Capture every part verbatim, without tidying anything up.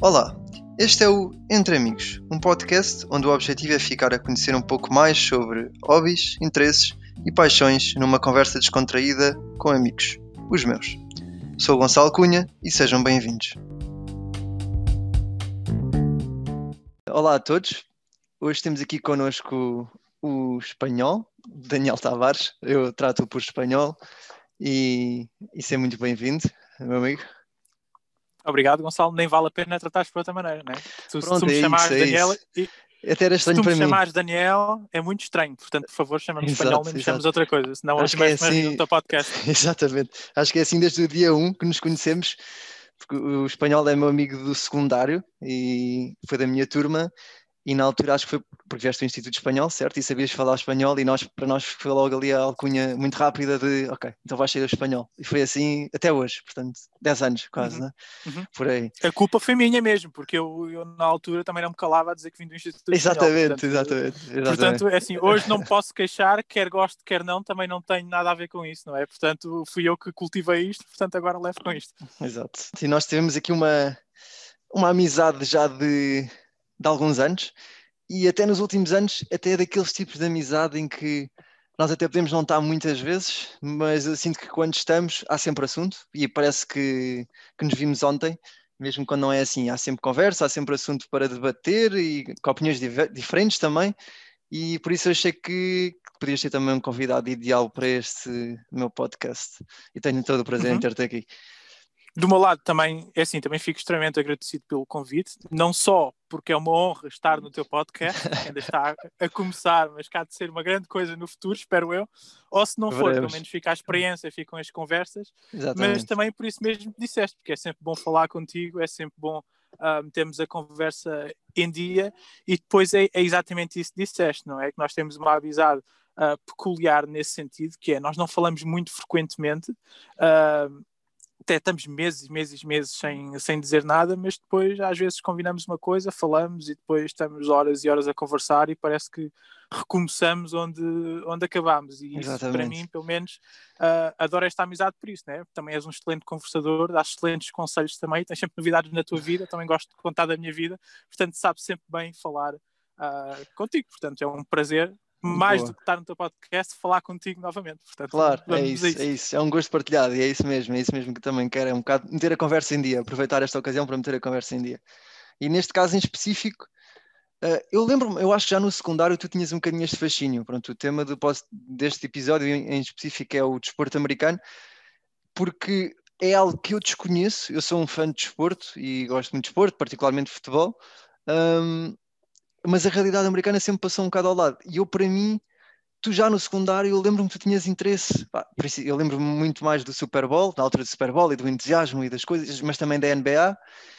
Olá, este é o Entre Amigos, um podcast onde o objetivo é ficar a conhecer um pouco mais sobre hobbies, interesses e paixões numa conversa descontraída com amigos, os meus. Sou o Gonçalo Cunha e sejam bem-vindos. Olá a todos, hoje temos aqui connosco o espanhol, Daniel Tavares, eu trato-o por espanhol e, e seja muito bem-vindo, meu amigo. Obrigado, Gonçalo. Nem vale a pena tratares por outra maneira, não é? Tu, Pronto, se tu me é chamares isso, é Daniel, isso. e, Até era se estranho tu me para mim. chamares Daniel, é muito estranho. Portanto, por favor, chama-me Exato, espanhol, nem me chames exato. outra coisa, senão Acho eu que é começo a rir assim, no teu podcast. exatamente. Acho que é assim desde o dia um que nos conhecemos, porque o espanhol é meu amigo do secundário e foi da minha turma. E na altura acho que foi porque vieste do Instituto Espanhol, certo? E sabias falar espanhol e nós, para nós foi logo ali a alcunha muito rápida de ok, então vais ser o espanhol. E foi assim até hoje, portanto, dez anos quase, Uhum, né? uhum. Por aí. A culpa foi minha mesmo, porque eu, eu na altura também não me calava a dizer que vim do Instituto Espanhol. Exatamente, Portanto, exatamente, exatamente. portanto, é assim, hoje não me posso queixar, quer gosto, quer não, também não tenho nada a ver com isso, não é? Portanto, fui eu que cultivei isto, portanto agora levo com isto. Exato. E nós tivemos aqui uma, uma amizade já de, de alguns anos. E até nos últimos anos, até é daqueles tipos de amizade em que nós até podemos não estar muitas vezes, mas eu sinto que quando estamos há sempre assunto e parece que, que nos vimos ontem, mesmo quando não é assim, há sempre conversa, há sempre assunto para debater e com opiniões diver- diferentes também, e por isso eu achei que, que podias ser também um convidado ideal para este meu podcast e tenho todo o prazer em Uhum. ter-te aqui. Do meu lado também, é assim, também fico extremamente agradecido pelo convite, não só porque é uma honra estar no teu podcast, que ainda está a começar, mas cá de ser uma grande coisa no futuro, espero eu, ou se não for, pelo Veremos. menos fica a experiência, ficam as conversas, Exatamente. mas também por isso mesmo que disseste, porque é sempre bom falar contigo, é sempre bom uh, metermos a conversa em dia, e depois é, é exatamente isso que disseste, não é? Que nós temos uma amizade uh, peculiar nesse sentido, que é, nós não falamos muito frequentemente, uh, até estamos meses, meses, meses sem, sem dizer nada, mas depois às vezes combinamos uma coisa, falamos e depois estamos horas e horas a conversar e parece que recomeçamos onde, onde acabámos. E isso, Exatamente. para mim, pelo menos, uh, adoro esta amizade por isso, né? Também és um excelente conversador, dás excelentes conselhos também, tens sempre novidades na tua vida, também gosto de contar da minha vida, portanto sabes sempre bem falar uh, contigo, portanto é um prazer, mais Boa. do que estar no teu podcast, falar contigo novamente. Portanto, Claro, é vamos isso, a isso. é isso, é um gosto partilhado e é isso mesmo, é isso mesmo que também quero, é um bocado meter a conversa em dia, aproveitar esta ocasião para meter a conversa em dia. E neste caso em específico, uh, eu lembro-me, eu acho que já no secundário tu tinhas um bocadinho este fascínio, pronto, o tema do, deste episódio em, em específico é o desporto americano, porque é algo que eu desconheço, eu sou um fã de desporto e gosto muito de desporto, particularmente de futebol, um, mas a realidade americana sempre passou um bocado ao lado, e eu para mim tu já no secundário, eu lembro-me que tu tinhas interesse, pá, eu lembro-me muito mais do Super Bowl, da altura do Super Bowl e do entusiasmo e das coisas, mas também da N B A,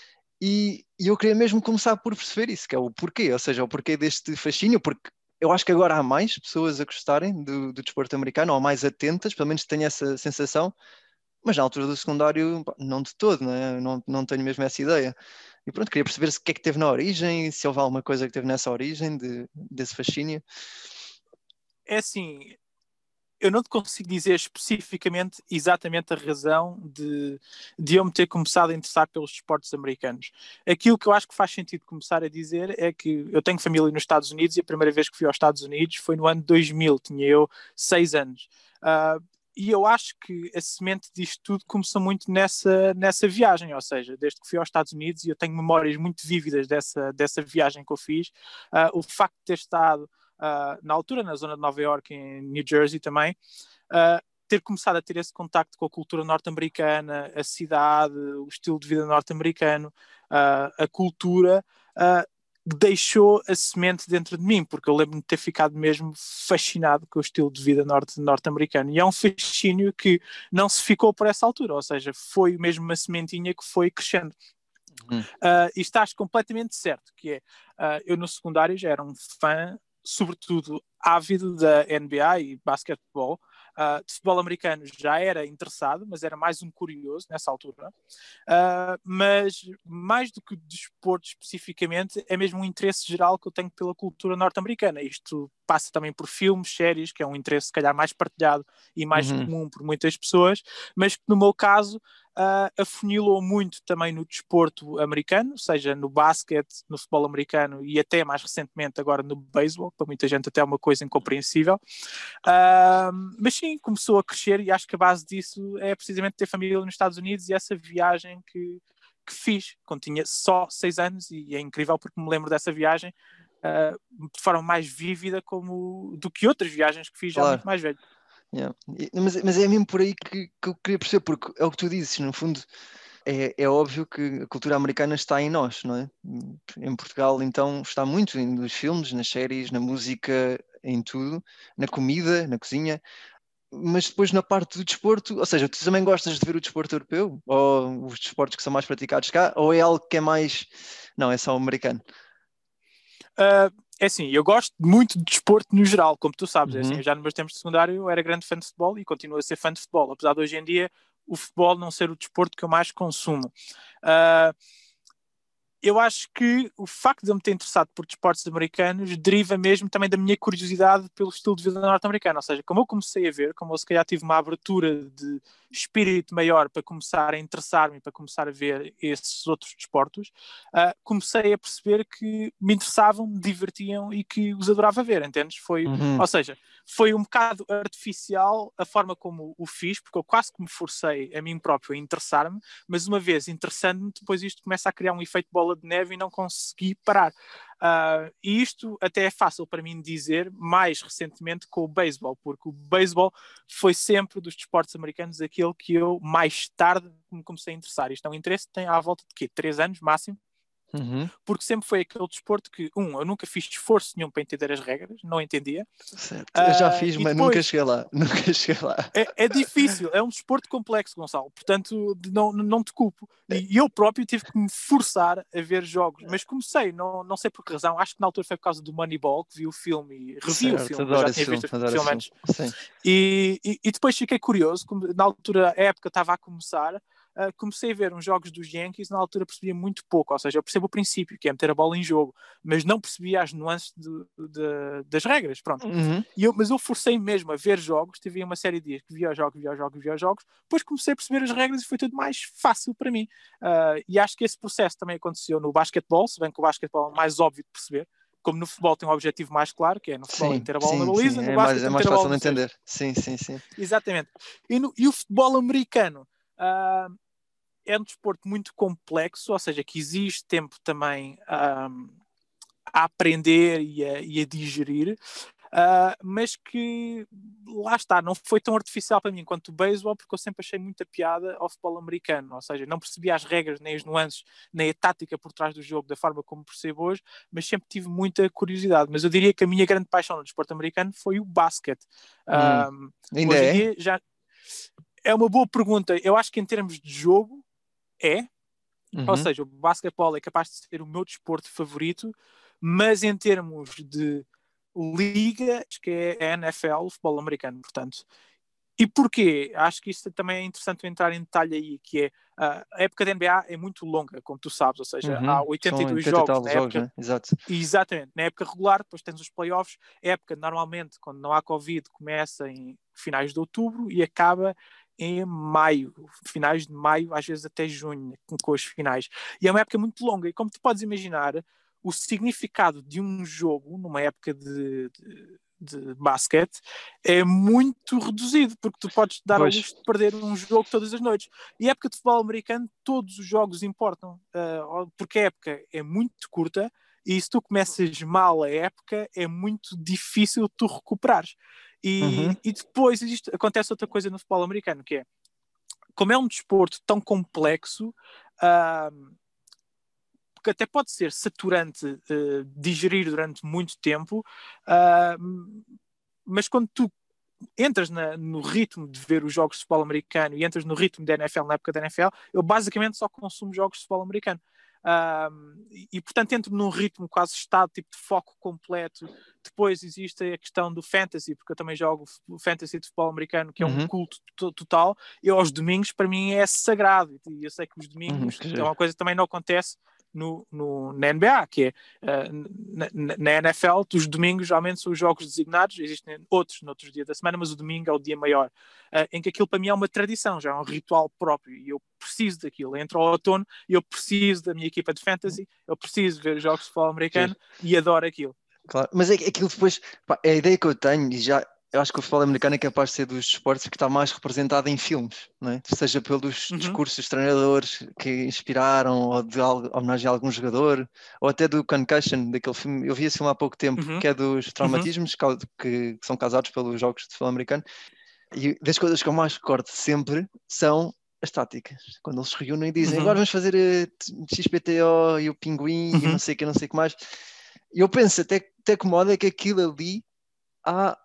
e, e eu queria mesmo começar por perceber isso, que é o porquê, ou seja, o porquê deste fascínio, porque eu acho que agora há mais pessoas a gostarem do, do desporto americano, ou mais atentas, pelo menos tenho essa sensação, mas na altura do secundário, pá, não de todo, não, é? não, não tenho mesmo essa ideia. E pronto, queria perceber se o que é que teve na origem, se houve alguma coisa que teve nessa origem de, desse fascínio. É assim, eu não te consigo dizer especificamente exatamente a razão de, de eu me ter começado a interessar pelos esportes americanos. Aquilo que eu acho que faz sentido começar a dizer é que eu tenho família nos Estados Unidos e a primeira vez que fui aos Estados Unidos foi no ano dois mil, tinha eu seis anos. Uh, e eu acho que a semente disto tudo começou muito nessa, nessa viagem, ou seja, desde que fui aos Estados Unidos, e eu tenho memórias muito vívidas dessa, dessa viagem que eu fiz, uh, o facto de ter estado Uh, na altura, na zona de Nova York, em New Jersey também, uh, ter começado a ter esse contacto com a cultura norte-americana, a cidade, o estilo de vida norte-americano, uh, a cultura, uh, deixou a semente dentro de mim, porque eu lembro-me de ter ficado mesmo fascinado com o estilo de vida norte- norte-americano. E é um fascínio que não se ficou por essa altura, ou seja, foi mesmo uma sementinha que foi crescendo. Uhum. Uh, e estás completamente certo, que é, uh, eu no secundário já era um fã sobretudo ávido da N B A e basquetebol. Uh, de futebol americano já era interessado, mas era mais um curioso nessa altura. Uh, mas mais do que o desporto especificamente, é mesmo um interesse geral que eu tenho pela cultura norte-americana. Isto passa também por filmes, séries, que é um interesse se calhar mais partilhado e mais uhum. comum por muitas pessoas, mas que no meu caso uh, afunilou muito também no desporto americano, seja no basquete, no futebol americano e até mais recentemente agora no beisebol, para muita gente até é uma coisa incompreensível. Uh, mas sim, começou a crescer e acho que a base disso é precisamente ter família nos Estados Unidos e essa viagem que, que fiz quando tinha só seis anos, e é incrível porque me lembro dessa viagem uh, de forma mais vívida como, do que outras viagens que fiz já Claro. muito mais velho. Yeah. Mas, mas é mesmo por aí que, que eu queria perceber, porque é o que tu dizes, no fundo é, é óbvio que a cultura americana está em nós, não é? Em Portugal então está muito nos filmes, nas séries, na música, em tudo, na comida, na cozinha, mas depois na parte do desporto, ou seja, tu também gostas de ver o desporto europeu? Ou os desportos que são mais praticados cá? Ou é algo que é mais... Não, é só americano? Uh, é assim, eu gosto muito de desporto no geral, como tu sabes. Uhum. É assim, eu já nos meus tempos de secundário eu era grande fã de futebol e continuo a ser fã de futebol, apesar de hoje em dia o futebol não ser o desporto que eu mais consumo. Uh, eu acho que o facto de eu me ter interessado por desportos americanos deriva mesmo também da minha curiosidade pelo estilo de vida norte-americano. Ou seja, como eu comecei a ver, como eu se calhar tive uma abertura de espírito maior para começar a interessar-me, para começar a ver esses outros desportos, uh, comecei a perceber que me interessavam, me divertiam e que os adorava ver, entendes? Foi, Uhum. ou seja, foi um bocado artificial a forma como o fiz, porque eu quase que me forcei a mim próprio a interessar-me, mas uma vez interessando-me, depois isto começa a criar um efeito bola de neve e não consegui parar. Uh, e isto até é fácil para mim dizer mais recentemente com o beisebol, porque o beisebol foi sempre dos desportos americanos aquele que eu mais tarde me comecei a interessar. Isto é um interesse que tem à volta de quê? Três anos máximo. Uhum. Porque sempre foi aquele desporto que, um, eu nunca fiz esforço nenhum para entender as regras, não entendia. Certo. Eu já Uh, fiz, e mas nunca depois, cheguei lá. Nunca cheguei lá. é, é difícil, é um desporto complexo, Gonçalo, portanto não, não te culpo. E eu próprio tive que me forçar a ver jogos, mas comecei, não, não sei por que razão, acho que na altura foi por causa do Moneyball, que vi o filme e revi o Certo, filme, eu já adoro esse tinha filme, visto o adoro esse filme filme. antes. Sim. E, e, e depois fiquei curioso, como na altura, a época estava a começar, uh, comecei a ver uns jogos dos Yankees, na altura percebia muito pouco, ou seja, eu percebo o princípio, que é meter a bola em jogo, mas não percebia as nuances de, de, das regras, pronto. Uhum. E eu, mas eu forcei mesmo a ver jogos, tive uma série de dias que via os jogos, via os jogos, via os jogos, depois comecei a perceber as regras e foi tudo mais fácil para mim. Uh, e acho que esse processo também aconteceu no basquetebol, se bem que o basquetebol é mais óbvio de perceber, como no futebol tem um objetivo mais claro, que é no futebol é Sim, meter a bola na sim, baliza, sim. no É mais, basquete é é mais meter a bola fácil de no cesto. entender. Sim, sim, sim. Exatamente. E, no, e o futebol americano uh, é um desporto muito complexo, ou seja, que exige tempo também um, a aprender e a, e a digerir, uh, mas que lá está, não foi tão artificial para mim quanto o beisebol, porque eu sempre achei muita piada ao futebol americano, ou seja, não percebia as regras, nem as nuances, nem a tática por trás do jogo da forma como percebo hoje, mas sempre tive muita curiosidade. Mas eu diria que a minha grande paixão no desporto americano foi o basquete. Hum. Um, Ainda hoje em é? dia já é uma boa pergunta. Eu acho que em termos de jogo é, ou Uhum. seja, o basquetebol é capaz de ser o meu desporto favorito, mas em termos de liga, acho que é a N F L, o futebol americano, portanto. E porquê? Acho que isso também é interessante entrar em detalhe aí, que é uh, a época da N B A é muito longa, como tu sabes, ou seja, há Uhum. oitenta e São dois oitenta e jogos tal na jogos, época. né? Exato. Exatamente, na época regular, depois tens os playoffs. A época, normalmente, quando não há Covid, começa em finais de outubro e acaba em maio, finais de maio, às vezes até junho, com as finais. E é uma época muito longa. E como tu podes imaginar, o significado de um jogo, numa época de, de, de basquete, é muito reduzido, porque tu podes dar ao Pois. luxo de perder um jogo todas as noites. E a época de futebol americano, todos os jogos importam, uh, porque a época é muito curta e se tu começas mal a época, é muito difícil tu recuperares. Uhum. E, e depois existe, acontece outra coisa no futebol americano, que é, como é um desporto tão complexo, uh, que até pode ser saturante uh, digerir durante muito tempo, uh, mas quando tu entras na, no ritmo de ver os jogos de futebol americano e entras no ritmo da N F L, na época da N F L, eu basicamente só consumo jogos de futebol americano. Um, e, e, portanto, entro num ritmo quase estado, tipo de foco completo. Depois existe a questão do fantasy, porque eu também jogo o fantasy de futebol americano, que é um Uhum. culto total. E aos domingos, para mim, é sagrado. E eu sei que os Uhum. domingos Que é giro. uma coisa que também não acontece no, no, na N B A, que é uh, na, na N F L, os domingos geralmente são os jogos designados, existem outros noutros dias da semana, mas o domingo é o dia maior, uh, em que aquilo para mim é uma tradição, já é um ritual próprio, e eu preciso daquilo. Entra ao outono e eu preciso da minha equipa de fantasy, eu preciso ver jogos de futebol americano Sim. e adoro aquilo. Claro, mas é que aquilo depois, pá, é a ideia que eu tenho, e já eu acho que o futebol americano é capaz de ser dos esportes que está mais representado em filmes, não é? Seja pelos Uhum. discursos dos treinadores que inspiraram, ou de algo, homenagem a algum jogador, ou até do Concussion, daquele filme. Eu vi esse filme há pouco tempo, Uhum. que é dos traumatismos uhum. que, que são causados pelos jogos de futebol americano. E das coisas que eu mais recordo sempre são as táticas. Quando eles se reúnem e dizem, uhum. agora vamos fazer uh, X P T O e o pinguim uhum. e não sei o que, não sei o que mais. E eu penso, até, até que modo é que aquilo ali há...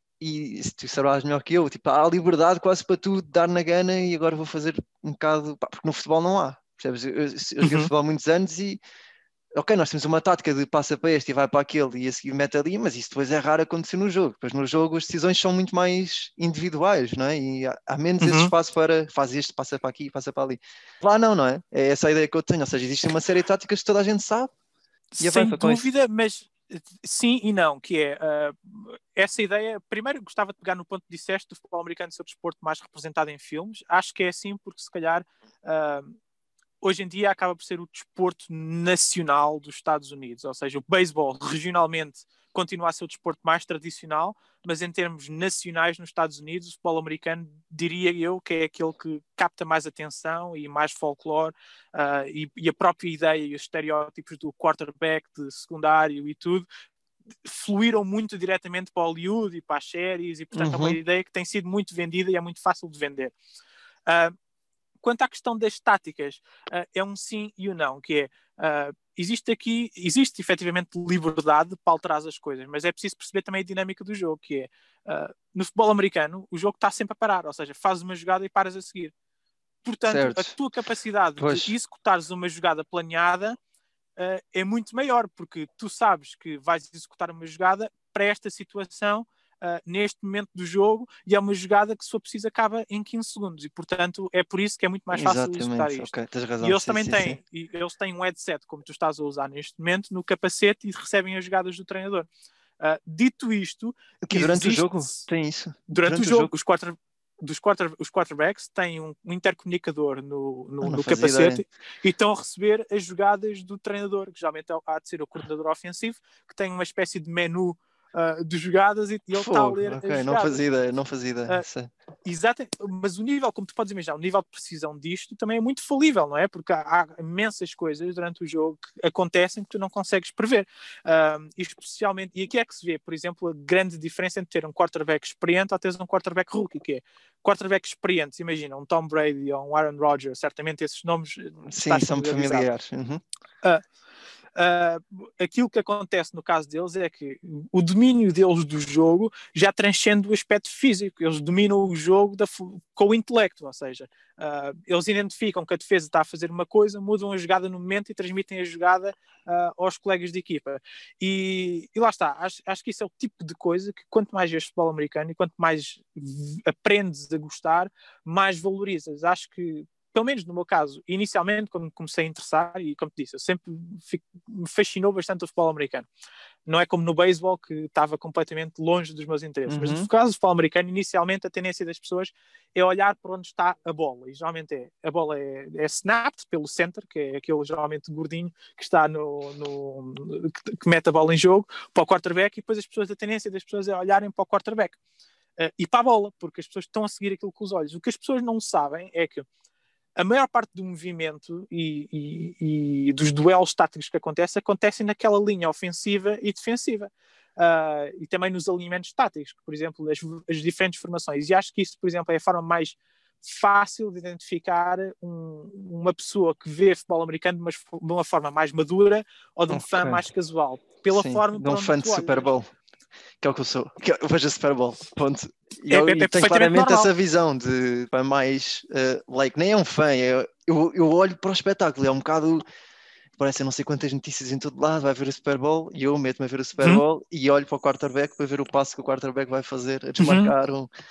E se tu sabrás melhor que eu, tipo, há liberdade quase para tu dar na gana e agora vou fazer um bocado, pá, porque no futebol não há, percebes? Eu, eu, eu joguei uhum. futebol há muitos anos e ok, nós temos uma tática de passa para este e vai para aquele e a seguir mete ali, mas isso depois é raro acontecer no jogo, depois no jogo as decisões são muito mais individuais, não é? E há, há menos uhum. esse espaço para faz este, passa para aqui, passa para ali. Lá não, não é? É essa a ideia que eu tenho, ou seja, existe uma série de táticas que toda a gente sabe e sem dúvida, mas sim e não, que é uh, essa ideia, primeiro gostava de pegar no ponto que disseste do futebol americano ser o desporto mais representado em filmes, acho que é assim porque se calhar uh, hoje em dia acaba por ser o desporto nacional dos Estados Unidos, ou seja, o beisebol regionalmente continua a ser o desporto mais tradicional, mas em termos nacionais nos Estados Unidos, o futebol americano, diria eu, que é aquele que capta mais atenção e mais folclore, uh, e, e a própria ideia e os estereótipos do quarterback de secundário e tudo, fluíram muito diretamente para Hollywood e para as séries, e portanto uhum. é uma ideia que tem sido muito vendida e é muito fácil de vender. Uh, Quanto à questão das táticas, uh, é um sim e um não, que é, uh, existe aqui, existe efetivamente liberdade para alterar as coisas, mas é preciso perceber também a dinâmica do jogo, que é, uh, no futebol americano, o jogo está sempre a parar, ou seja, fazes uma jogada e paras a seguir. Portanto, certo. A tua capacidade pois. de executares uma jogada planeada uh, é muito maior, porque tu sabes que vais executar uma jogada para esta situação, Uh, neste momento do jogo, e é uma jogada que, se for preciso, acaba em quinze segundos, e portanto é por isso que é muito mais fácil Exatamente. executar isto. Okay, tens razão. E eles sim, também sim, têm, sim. E eles têm um headset, como tu estás a usar neste momento, no capacete, e recebem as jogadas do treinador. Uh, dito isto, que durante existe... o jogo tem isso. Durante, durante o, o jogo, jogo. Os, quarter... Dos quarter... os quarterbacks têm um, um intercomunicador no, no, no capacete ideia. E estão a receber as jogadas do treinador, que geralmente há de ser o coordenador ofensivo, que tem uma espécie de menu Uh, de jogadas, e ele está a ler okay, as jogadas. Não fazia ideia, não fazia ideia. Uh, exato, mas o nível, como tu podes imaginar, o nível de precisão disto também é muito falível, não é? Porque há, há imensas coisas durante o jogo que acontecem que tu não consegues prever. Uh, especialmente, e aqui é que se vê, por exemplo, a grande diferença entre ter um quarterback experiente ou teres um quarterback rookie, que é quarterback experientes, imagina, um Tom Brady ou um Aaron Rodgers, certamente esses nomes sim, são familiares. Uhum. Uh, Uh, aquilo que acontece no caso deles é que o domínio deles do jogo já transcende o aspecto físico, eles dominam o jogo da, com o intelecto, ou seja, uh, eles identificam que a defesa está a fazer uma coisa, mudam a jogada no momento e transmitem a jogada uh, aos colegas de equipa, e, e lá está, acho, acho que isso é o tipo de coisa que quanto mais vês futebol americano e quanto mais aprendes a gostar, mais valorizas. Acho que, pelo menos no meu caso, inicialmente, quando me comecei a interessar, e como te disse, eu sempre fico, me fascinou bastante o futebol americano. Não é como no beisebol, que estava completamente longe dos meus interesses, uhum. mas no caso do futebol americano, inicialmente a tendência das pessoas é olhar para onde está a bola, e geralmente é, a bola é, é snapped pelo center, que é aquele geralmente gordinho que está no, no que, que mete a bola em jogo, para o quarterback, e depois as pessoas, a tendência das pessoas é olharem para o quarterback uh, e para a bola, porque as pessoas estão a seguir aquilo com os olhos. O que as pessoas não sabem é que a maior parte do movimento e, e, e dos duelos táticos que acontecem, acontecem naquela linha ofensiva e defensiva. Uh, e também nos alinhamentos táticos, por exemplo, as, as diferentes formações. E acho que isso, por exemplo, é a forma mais fácil de identificar um, uma pessoa que vê futebol americano de uma, de uma forma mais madura ou de um okay. fã mais casual. Pela Sim, forma de um fã de Super Bowl. Que é o que eu sou, que eu vejo a Super Bowl, ponto. E é, eu, é, é tenho claramente normal. Essa visão de mais, uh, like, nem é um fã, é, eu, eu olho para o espetáculo, é um bocado, parece não sei quantas notícias em todo lado, vai ver o Super Bowl, e eu meto-me a ver o Super Bowl, uhum. e olho para o quarterback para ver o passo que o quarterback vai fazer, a desmarcar uhum. um...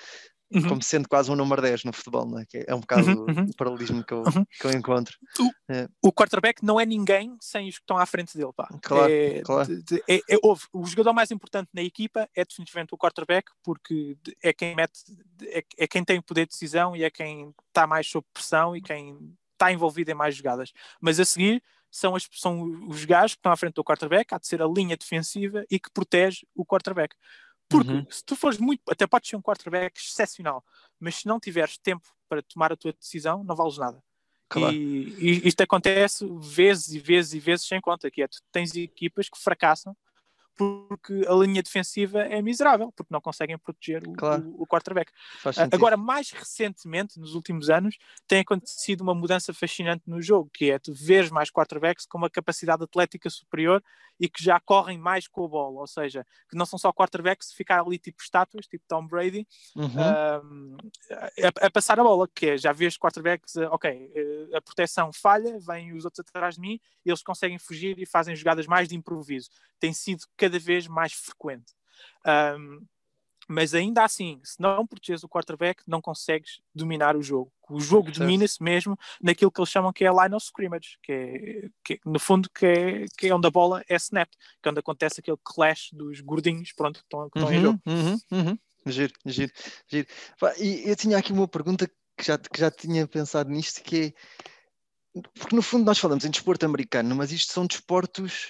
Uhum. como sendo quase um número dez no futebol, não é? Que é um bocado Uhum, uhum. o paralelismo que eu, Uhum. que eu encontro. O, é. o quarterback não é ninguém sem os que estão à frente dele, pá. Claro, é, claro. De, de, é, é, houve, o jogador mais importante na equipa é definitivamente o quarterback, porque é quem mete, é, é quem tem o poder de decisão e é quem está mais sob pressão e quem está envolvido em mais jogadas. Mas a seguir são, as, são os gajos que estão à frente do quarterback, há de ser a linha defensiva e que protege o quarterback. Porque Uhum. se tu fores muito, até podes ser um quarterback excepcional, mas se não tiveres tempo para tomar a tua decisão, não vales nada. Claro. E, e isto acontece vezes e vezes e vezes sem conta, que é, tu tens equipas que fracassam porque a linha defensiva é miserável, porque não conseguem proteger o, Claro. o, o quarterback. Faz Uh, sentido. agora, mais recentemente, nos últimos anos, tem acontecido uma mudança fascinante no jogo, que é tu veres mais quarterbacks com uma capacidade atlética superior e que já correm mais com a bola, ou seja, que não são só quarterbacks de ficar ali tipo estátuas, tipo Tom Brady, Uhum. uh, a, a passar a bola, que é, já vês quarterbacks, uh, ok, uh, a proteção falha, vêm os outros atrás de mim, eles conseguem fugir e fazem jogadas mais de improviso. Tem sido cada vez mais frequente. Um, mas ainda assim, se não proteges o quarterback, não consegues dominar o jogo. O jogo domina-se mesmo naquilo que eles chamam que é a line of scrimmage, que é, que é no fundo que é, que é onde a bola é snap, que é onde acontece aquele clash dos gordinhos, pronto, que estão, que estão uhum, em jogo. Uhum, uhum. Giro, giro, giro. E eu tinha aqui uma pergunta que já, que já tinha pensado nisto, que é, porque no fundo nós falamos em desporto americano, mas isto são desportos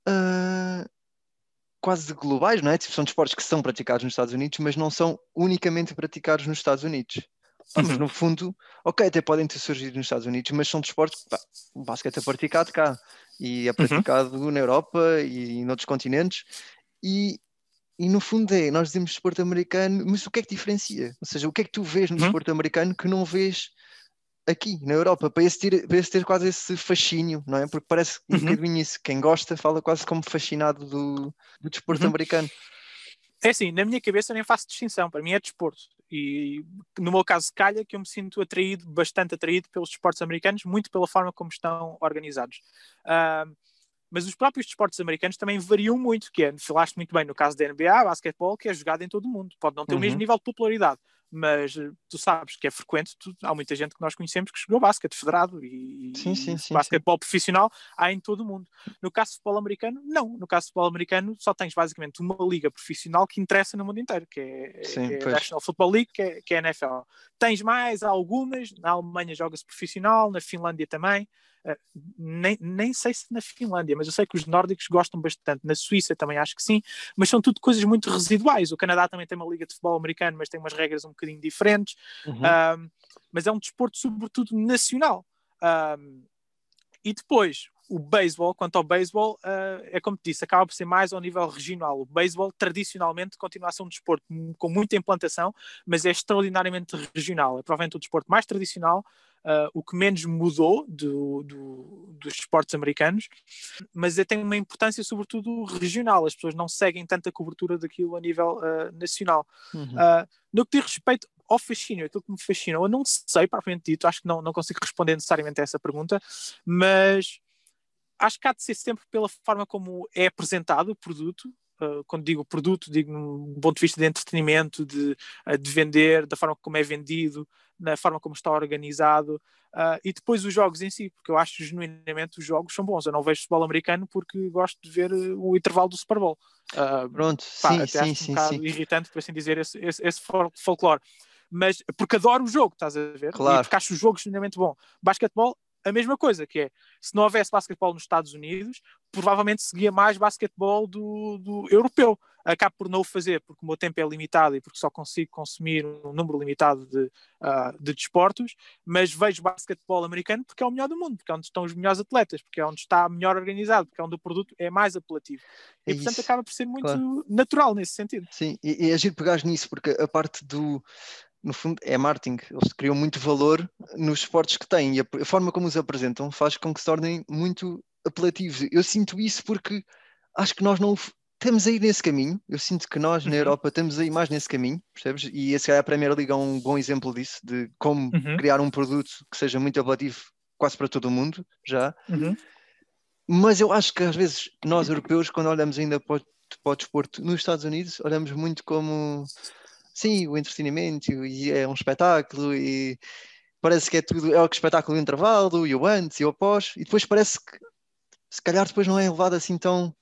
uh, quase globais, não é? Tipo, são desportos que são praticados nos Estados Unidos, mas não são unicamente praticados nos Estados Unidos. Pá, mas no fundo, ok, até podem ter surgido nos Estados Unidos, mas são desportos que, pá, o basquete é praticado cá e é praticado uhum. na Europa e noutros continentes e, e no fundo é, nós dizemos desporto americano, mas o que é que diferencia? Ou seja, o que é que tu vês no Uhum. desporto americano que não vês aqui na Europa, para esse, ter, para esse ter quase esse fascínio, não é? Porque parece um Uhum. bocadinho isso, quem gosta fala quase como fascinado do, do desporto Uhum. americano. É assim, na minha cabeça eu nem faço distinção, para mim é desporto. E no meu caso, calha que eu me sinto atraído, bastante atraído pelos desportos americanos, muito pela forma como estão organizados. Uh, mas os próprios desportos americanos também variam muito, que é, falaste muito bem no caso da N B A, basquetebol, que é jogado em todo o mundo. Pode não ter uhum. o mesmo nível de popularidade, mas tu sabes que é frequente, tu, há muita gente que nós conhecemos que jogou basquete federado e, sim, sim, e sim, basquetebol sim. profissional há em todo o mundo. No caso de futebol americano, não. No caso de futebol americano só tens basicamente uma liga profissional que interessa no mundo inteiro, que é, sim, é a National Football League, que é, que é a N F L. Tens mais algumas, na Alemanha joga-se profissional, na Finlândia também. Uh, nem, nem sei se na Finlândia, mas eu sei que os nórdicos gostam bastante. Na Suíça também acho que sim, mas são tudo coisas muito residuais. O Canadá também tem uma liga de futebol americano, mas tem umas regras um bocadinho diferentes. Uhum. Um, mas é um desporto sobretudo nacional. Um, e depois, o beisebol, quanto ao beisebol, uh, é como te disse, acaba por ser mais ao nível regional. O beisebol, tradicionalmente, continua a ser um desporto com muita implantação, mas é extraordinariamente regional. É provavelmente o desporto mais tradicional, uh, o que menos mudou do, do, dos esportes americanos, mas é, tem uma importância sobretudo regional. As pessoas não seguem tanta cobertura daquilo a nível uh, nacional. Uhum. Uh, no que diz respeito ao fascínio, aquilo que me fascinou, eu não sei propriamente dito, acho que não, não consigo responder necessariamente a essa pergunta, mas acho que há de ser sempre pela forma como é apresentado o produto. Uh, quando digo produto, digo num ponto de vista de entretenimento, de, uh, de vender, da forma como é vendido, na forma como está organizado, uh, e depois os jogos em si, porque eu acho que genuinamente os jogos são bons. Eu não vejo futebol americano porque gosto de ver uh, o intervalo do Super Bowl. Uh, Pronto, pá, sim, até sim, acho sim, um bocado sim. irritante, por assim dizer, esse, esse, esse folclore. Mas porque adoro o jogo, estás a ver? Claro. E porque acho o jogo genuinamente bom. Basquetebol, a mesma coisa, que é, se não houvesse basquetebol nos Estados Unidos, provavelmente seguia mais basquetebol do, do europeu. Acabo por não o fazer, porque o meu tempo é limitado e porque só consigo consumir um número limitado de, uh, de desportos, mas vejo basquetebol americano porque é o melhor do mundo, porque é onde estão os melhores atletas, porque é onde está melhor organizado, porque é onde o produto é mais apelativo. E, é portanto, isso. acaba por ser muito claro. natural nesse sentido. Sim, e, e agir pegares nisso, porque a parte do... no fundo, é marketing. Eles criam muito valor nos esportes que têm e a, a forma como os apresentam faz com que se tornem muito apelativos. Eu sinto isso porque acho que nós não estamos aí nesse caminho. Eu sinto que nós, na uhum. Europa, estamos aí mais nesse caminho, percebes? E esse a Premier League é um bom exemplo disso, de como uhum. criar um produto que seja muito apelativo quase para todo o mundo, já. Uhum. Mas eu acho que às vezes nós, europeus, quando olhamos ainda para o, para o desporto nos Estados Unidos, olhamos muito como... sim, o entretenimento e é um espetáculo e parece que é tudo, é o espetáculo do intervalo e o antes e o após, e depois parece que se calhar depois não é levado assim tão,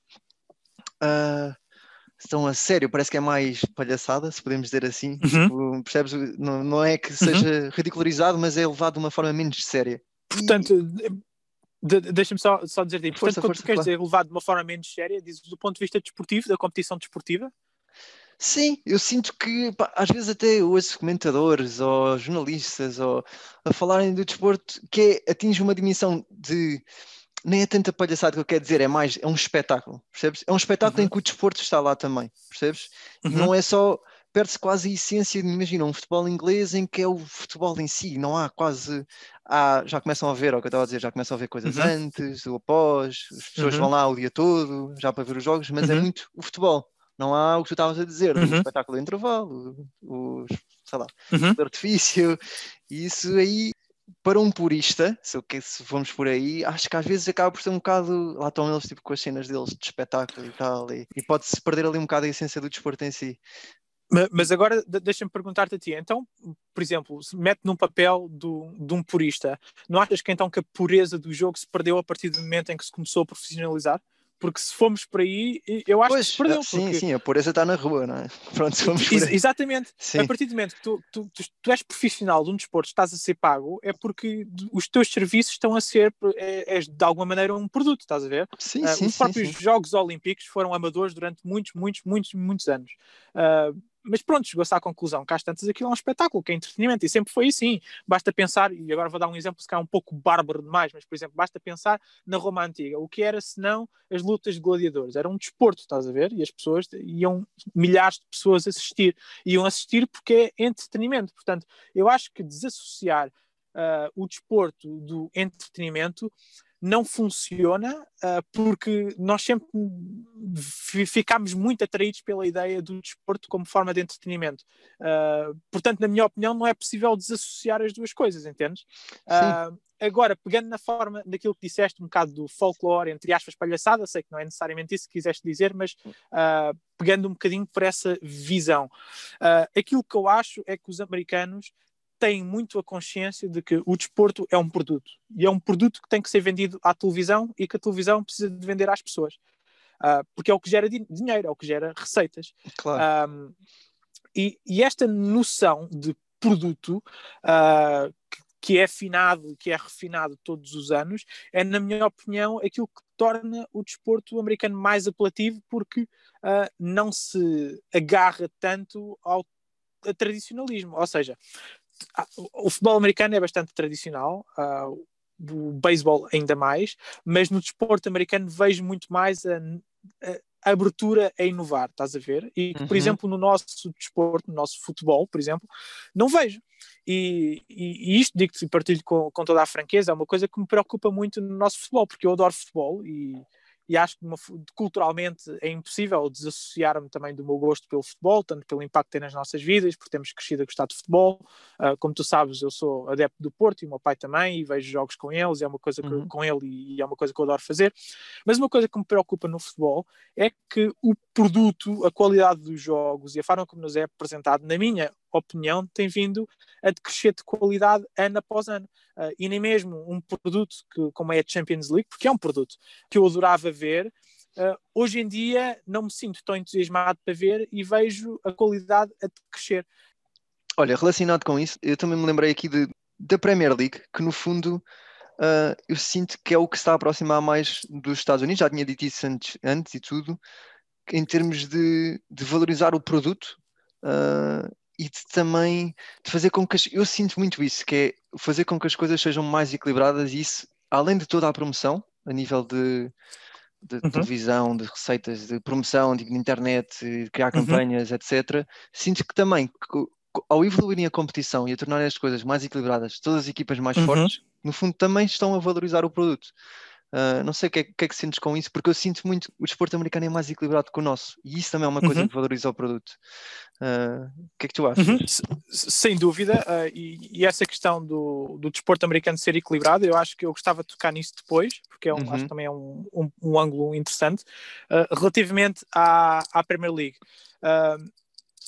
uh, tão a sério, parece que é mais palhaçada, se podemos dizer assim. Uhum. Tipo, percebes? Não, não é que seja uhum. ridicularizado, mas é levado de uma forma menos séria. Portanto, e... de, deixa-me só, só dizer aí, portanto, força, quando força, tu queres claro. dizer levado de uma forma menos séria, dizes do ponto de vista desportivo, da competição desportiva? Sim, eu sinto que pá, às vezes até ouço comentadores ou jornalistas ou, a falarem do desporto que é, atinge uma dimensão de nem é tanta palhaçada que eu quero dizer, é mais, é um espetáculo, percebes? É um espetáculo Uhum. em que o desporto está lá também, percebes? Uhum. E não é só, perde-se quase a essência de, imagina, um futebol inglês em que é o futebol em si, não há quase, há, já começam a ver, é o que eu estava a dizer, já começam a ver coisas Uhum. antes, o após, as pessoas Uhum. vão lá o dia todo, já para ver os jogos, mas uhum. é muito o futebol. Não há o que tu estavas a dizer, do Uhum. espetáculo de intervalo, o, sei lá, Uhum. o artifício, e isso aí, para um purista, se, se formos por aí, acho que às vezes acaba por ser um bocado, lá estão eles tipo com as cenas deles de espetáculo e tal, e, e pode-se perder ali um bocado a essência do desporto em si. Mas agora deixa-me perguntar-te a ti, então, por exemplo, se mete num papel do, de um purista, não achas que então que a pureza do jogo se perdeu a partir do momento em que se começou a profissionalizar? Porque se fomos por aí, eu acho que se Pois, perdeu, sim, porque... sim, a pureza está na rua, não é? Pronto, se vamos por aí. Exatamente, Sim. a partir do momento que tu, tu, tu, tu és profissional de um desporto, estás a ser pago, é porque os teus serviços estão a ser, é, é de alguma maneira um produto, estás a ver? Sim, Uh, sim, os sim, próprios sim. Jogos Olímpicos foram amadores durante muitos, muitos, muitos, muitos anos. Uh, mas pronto, chegou-se à conclusão que às tantas aquilo é um espetáculo, que é entretenimento, e sempre foi assim. Basta pensar, e agora vou dar um exemplo se calhar um pouco bárbaro demais, mas por exemplo, basta pensar na Roma Antiga. O que era senão as lutas de gladiadores? Era um desporto, estás a ver? E as pessoas iam, milhares de pessoas assistir. Iam assistir porque é entretenimento. Portanto, eu acho que desassociar uh, o desporto do entretenimento não funciona uh, porque nós sempre ficámos muito atraídos pela ideia do desporto como forma de entretenimento. Uh, portanto, na minha opinião, não é possível desassociar as duas coisas, entendes? Sim. Uh, agora, pegando na forma daquilo que disseste, um bocado do folclore, entre aspas, palhaçada, sei que não é necessariamente isso que quiseste dizer, mas uh, pegando um bocadinho por essa visão. Uh, aquilo que eu acho é que os americanos têm muito a consciência de que o desporto é um produto. E é um produto que tem que ser vendido à televisão e que a televisão precisa de vender às pessoas. Uh, porque é o que gera din- dinheiro, é o que gera receitas. Claro. Um, e, e esta noção de produto uh, que, que é afinado, que é refinado todos os anos, é, na minha opinião, aquilo que torna o desporto americano mais apelativo, porque uh, não se agarra tanto ao tradicionalismo. Ou seja, o futebol americano é bastante tradicional, uh, o beisebol ainda mais, mas no desporto americano vejo muito mais a, a abertura a inovar, estás a ver? E que, por Uhum. exemplo, no nosso desporto, no nosso futebol, por exemplo, não vejo. E, e, e isto digo-te e partilho com, com toda a franqueza, é uma coisa que me preocupa muito no nosso futebol, porque eu adoro futebol e, e acho que uma, culturalmente é impossível desassociar-me também do meu gosto pelo futebol, tanto pelo impacto que tem nas nossas vidas, porque temos crescido a gostar de futebol. Uh, como tu sabes, eu sou adepto do Porto e o meu pai também, e vejo jogos com eles, e é uma coisa que, uhum. com ele e é uma coisa que eu adoro fazer. Mas uma coisa que me preocupa no futebol é que o produto, a qualidade dos jogos e a forma como nos é apresentado, na minha opinião, tem vindo a decrescer de qualidade ano após ano. Uh, e nem mesmo um produto que, como é a Champions League, porque é um produto que eu adorava ver, uh, hoje em dia não me sinto tão entusiasmado para ver e vejo a qualidade a decrescer. Olha, relacionado com isso, eu também me lembrei aqui de, da Premier League, que no fundo uh, eu sinto que é o que se está a aproximar mais dos Estados Unidos, já tinha dito isso antes, antes e tudo, em termos de, de valorizar o produto uh, e de também de fazer com que as, eu sinto muito isso, que é fazer com que as coisas sejam mais equilibradas e isso, além de toda a promoção, a nível de, de Uhum. televisão, de receitas, de promoção, de internet, de criar Uhum. campanhas, etcétera, sinto que também, que, ao evoluírem a competição e a tornarem as coisas mais equilibradas, todas as equipas mais Uhum. fortes, no fundo também estão a valorizar o produto. Uh, não sei o que, é, que é que sentes com isso, porque eu sinto muito o desporto americano é mais equilibrado que o nosso, e isso também é uma coisa Uhum. que valoriza o produto. Uh, o que é que tu achas? Uhum. Sem dúvida, uh, e, e essa questão do, do desporto americano ser equilibrado, eu acho que eu gostava de tocar nisso depois, porque é um, Uhum. acho que também é um, um, um ângulo interessante. Uh, relativamente à, à Premier League, uh,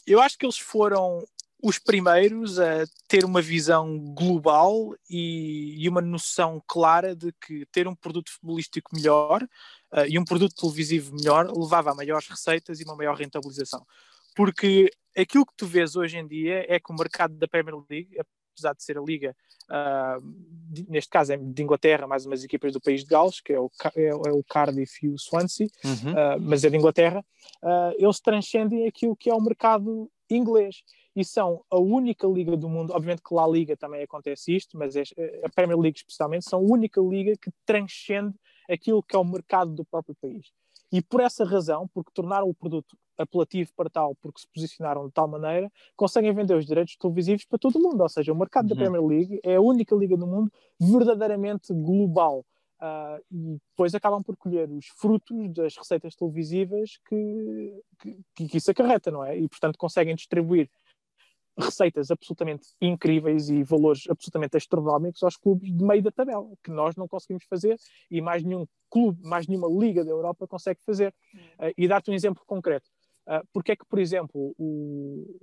eu acho que eles foram os primeiros a ter uma visão global e, e uma noção clara de que ter um produto futebolístico melhor uh, e um produto televisivo melhor levava a maiores receitas e uma maior rentabilização. Porque aquilo que tu vês hoje em dia é que o mercado da Premier League, apesar de ser a liga, uh, de, neste caso é de Inglaterra, mais umas equipas do país de Gales, que é o, é, é o Cardiff e o Swansea, Uhum. uh, mas é de Inglaterra, uh, eles transcendem aquilo que é o mercado inglês. E são a única liga do mundo, obviamente que lá a Liga também acontece isto, mas é, a Premier League especialmente, são a única liga que transcende aquilo que é o mercado do próprio país. E por essa razão, porque tornaram o produto apelativo para tal, porque se posicionaram de tal maneira, conseguem vender os direitos televisivos para todo o mundo. Ou seja, o mercado uhum. da Premier League é a única liga do mundo verdadeiramente global. Uh, e depois acabam por colher os frutos das receitas televisivas que, que, que isso acarreta, não é? E, portanto, conseguem distribuir receitas absolutamente incríveis e valores absolutamente astronómicos aos clubes de meio da tabela, que nós não conseguimos fazer e mais nenhum clube, mais nenhuma liga da Europa consegue fazer. Uh, e dar-te um exemplo concreto. Uh, porque é que, por exemplo, o,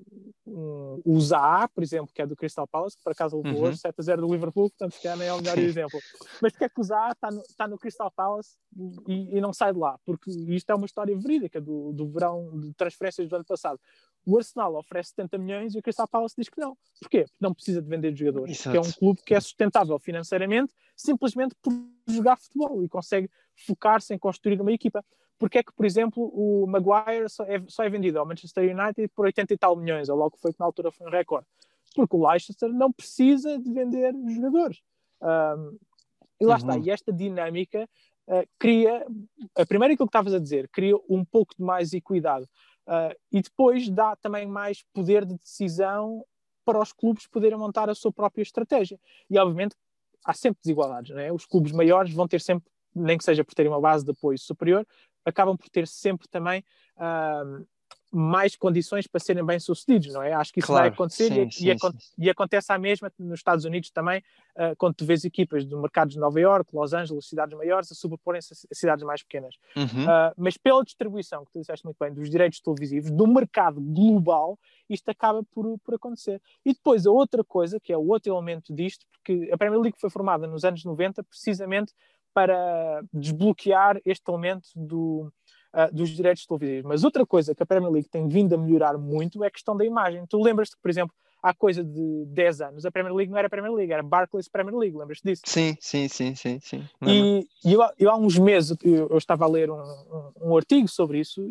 um, o Zaha, por exemplo, que é do Crystal Palace, que por acaso levou Uhum. hoje sete a zero do Liverpool, portanto se calhar nem é o melhor exemplo. Mas porque é que o Zaha está no, tá no Crystal Palace e, e não sai de lá? Porque isto é uma história verídica do, do verão de transferências do ano passado. O Arsenal oferece setenta milhões e o Crystal Palace diz que não. Porquê? Porque não precisa de vender jogadores. Exato. Porque é um clube que é sustentável financeiramente simplesmente por jogar futebol e consegue focar-se em construir uma equipa. Porque é que, por exemplo, o Maguire só é, só é vendido ao Manchester United por oitenta e tal milhões, ou logo foi que na altura foi um recorde. Porque o Leicester não precisa de vender jogadores. Um, e lá uhum. está. E esta dinâmica uh, cria, a primeira aquilo que estavas a dizer, cria um pouco de mais equidade. Uh, e depois dá também mais poder de decisão para os clubes poderem montar a sua própria estratégia. E, obviamente, há sempre desigualdades, não é? Os clubes maiores vão ter sempre, nem que seja por terem uma base de apoio superior, acabam por ter sempre também uh, mais condições para serem bem-sucedidos, não é? Acho que isso claro, vai acontecer sim, e, sim, e, sim. e acontece à mesma nos Estados Unidos também, uh, quando tu vês equipas do mercado de Nova Iorque, Los Angeles, cidades maiores, a sobreporem-se a cidades mais pequenas. Uhum. Uh, mas pela distribuição, que tu disseste muito bem, dos direitos televisivos, do mercado global, isto acaba por, por acontecer. E depois a outra coisa, que é o outro elemento disto, porque a Premier League foi formada nos anos noventa precisamente para desbloquear este elemento do... Uh, dos direitos televisivos. Mas outra coisa que a Premier League tem vindo a melhorar muito é a questão da imagem. Tu lembras-te que, por exemplo, há coisa de dez anos, a Premier League não era a Premier League, era Barclays Premier League, lembras-te disso? Sim, sim, sim, sim, sim. E, e eu, eu há uns meses eu, eu estava a ler um, um, um artigo sobre isso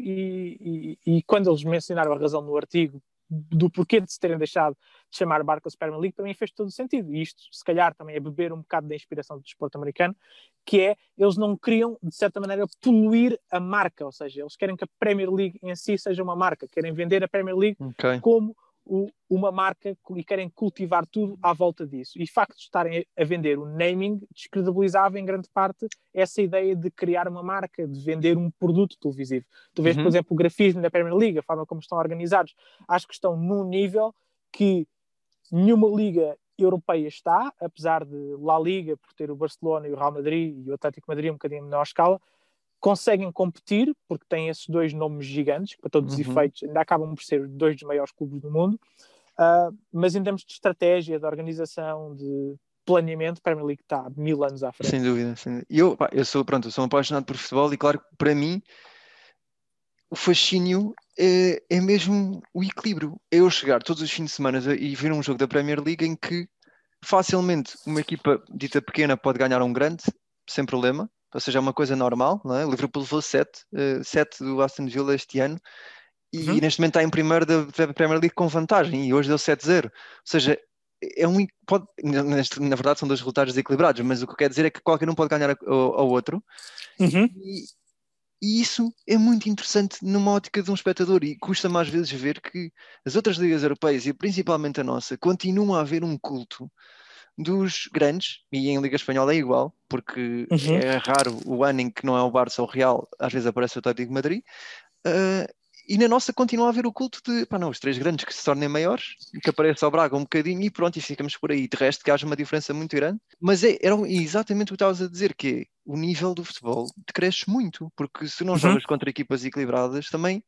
e, e, e quando eles mencionaram a razão no artigo do porquê de se terem deixado de chamar Barclays Premier League, para mim fez todo o sentido. E isto, se calhar, também é beber um bocado da inspiração do desporto americano, que é, eles não queriam, de certa maneira, poluir a marca, ou seja, eles querem que a Premier League em si seja uma marca, querem vender a Premier League okay. como o, uma marca e querem cultivar tudo à volta disso. E o facto de estarem a vender o naming descredibilizava em grande parte essa ideia de criar uma marca, de vender um produto televisivo. Tu vês, uhum. por exemplo, o grafismo da Premier League, a forma como estão organizados, acho que estão num nível que nenhuma liga europeia está, apesar de La Liga, por ter o Barcelona e o Real Madrid e o Atlético Madrid um bocadinho menor escala, conseguem competir, porque têm esses dois nomes gigantes, que para todos os uhum. efeitos ainda acabam por ser dois dos maiores clubes do mundo, uh, mas em termos de estratégia, de organização, de planeamento, a Premier League está há mil anos à frente. Sem dúvida. Sem dúvida. Eu, pá, eu sou, pronto, eu sou um apaixonado por futebol e claro que para mim o fascínio é, é mesmo o equilíbrio. É eu chegar todos os fins de semana e ver um jogo da Premier League em que facilmente uma equipa dita pequena pode ganhar um grande, sem problema, ou seja, é uma coisa normal, não é? O Liverpool levou sete, sete do Aston Villa este ano e uhum. neste momento está em primeiro da, da Premier League com vantagem e hoje deu sete a zero. Ou seja, é um, pode, na verdade são dois resultados desequilibrados, mas o que eu quero dizer é que qualquer um pode ganhar ao, ao outro. Uhum. E, E isso é muito interessante numa ótica de um espectador e custa mais vezes ver que as outras ligas europeias e principalmente a nossa continuam a haver um culto dos grandes, e em Liga Espanhola é igual, porque uhum. é raro o ano em que não é o Barça ou o Real, às vezes aparece o Atlético de Madrid, uh, e na nossa continua a haver o culto de, pá não, os três grandes que se tornem maiores, que apareça ao Braga um bocadinho e pronto, e ficamos por aí. De resto que haja uma diferença muito grande. Mas é, era exatamente o que estavas a dizer, que é, o nível do futebol decresce muito, porque se não Uhum. jogas contra equipas equilibradas, também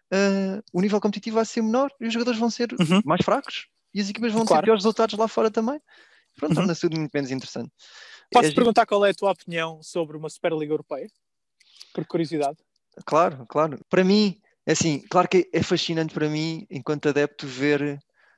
uh, o nível competitivo vai ser menor e os jogadores vão ser Uhum. mais fracos e as equipas vão Claro. ter piores resultados lá fora também. Pronto, Uhum. torna-se tudo muito menos interessante. Posso É, perguntar qual é a tua opinião sobre uma Superliga Europeia? Por curiosidade. Claro, claro. Para mim, assim, claro que é fascinante para mim, enquanto adepto, ver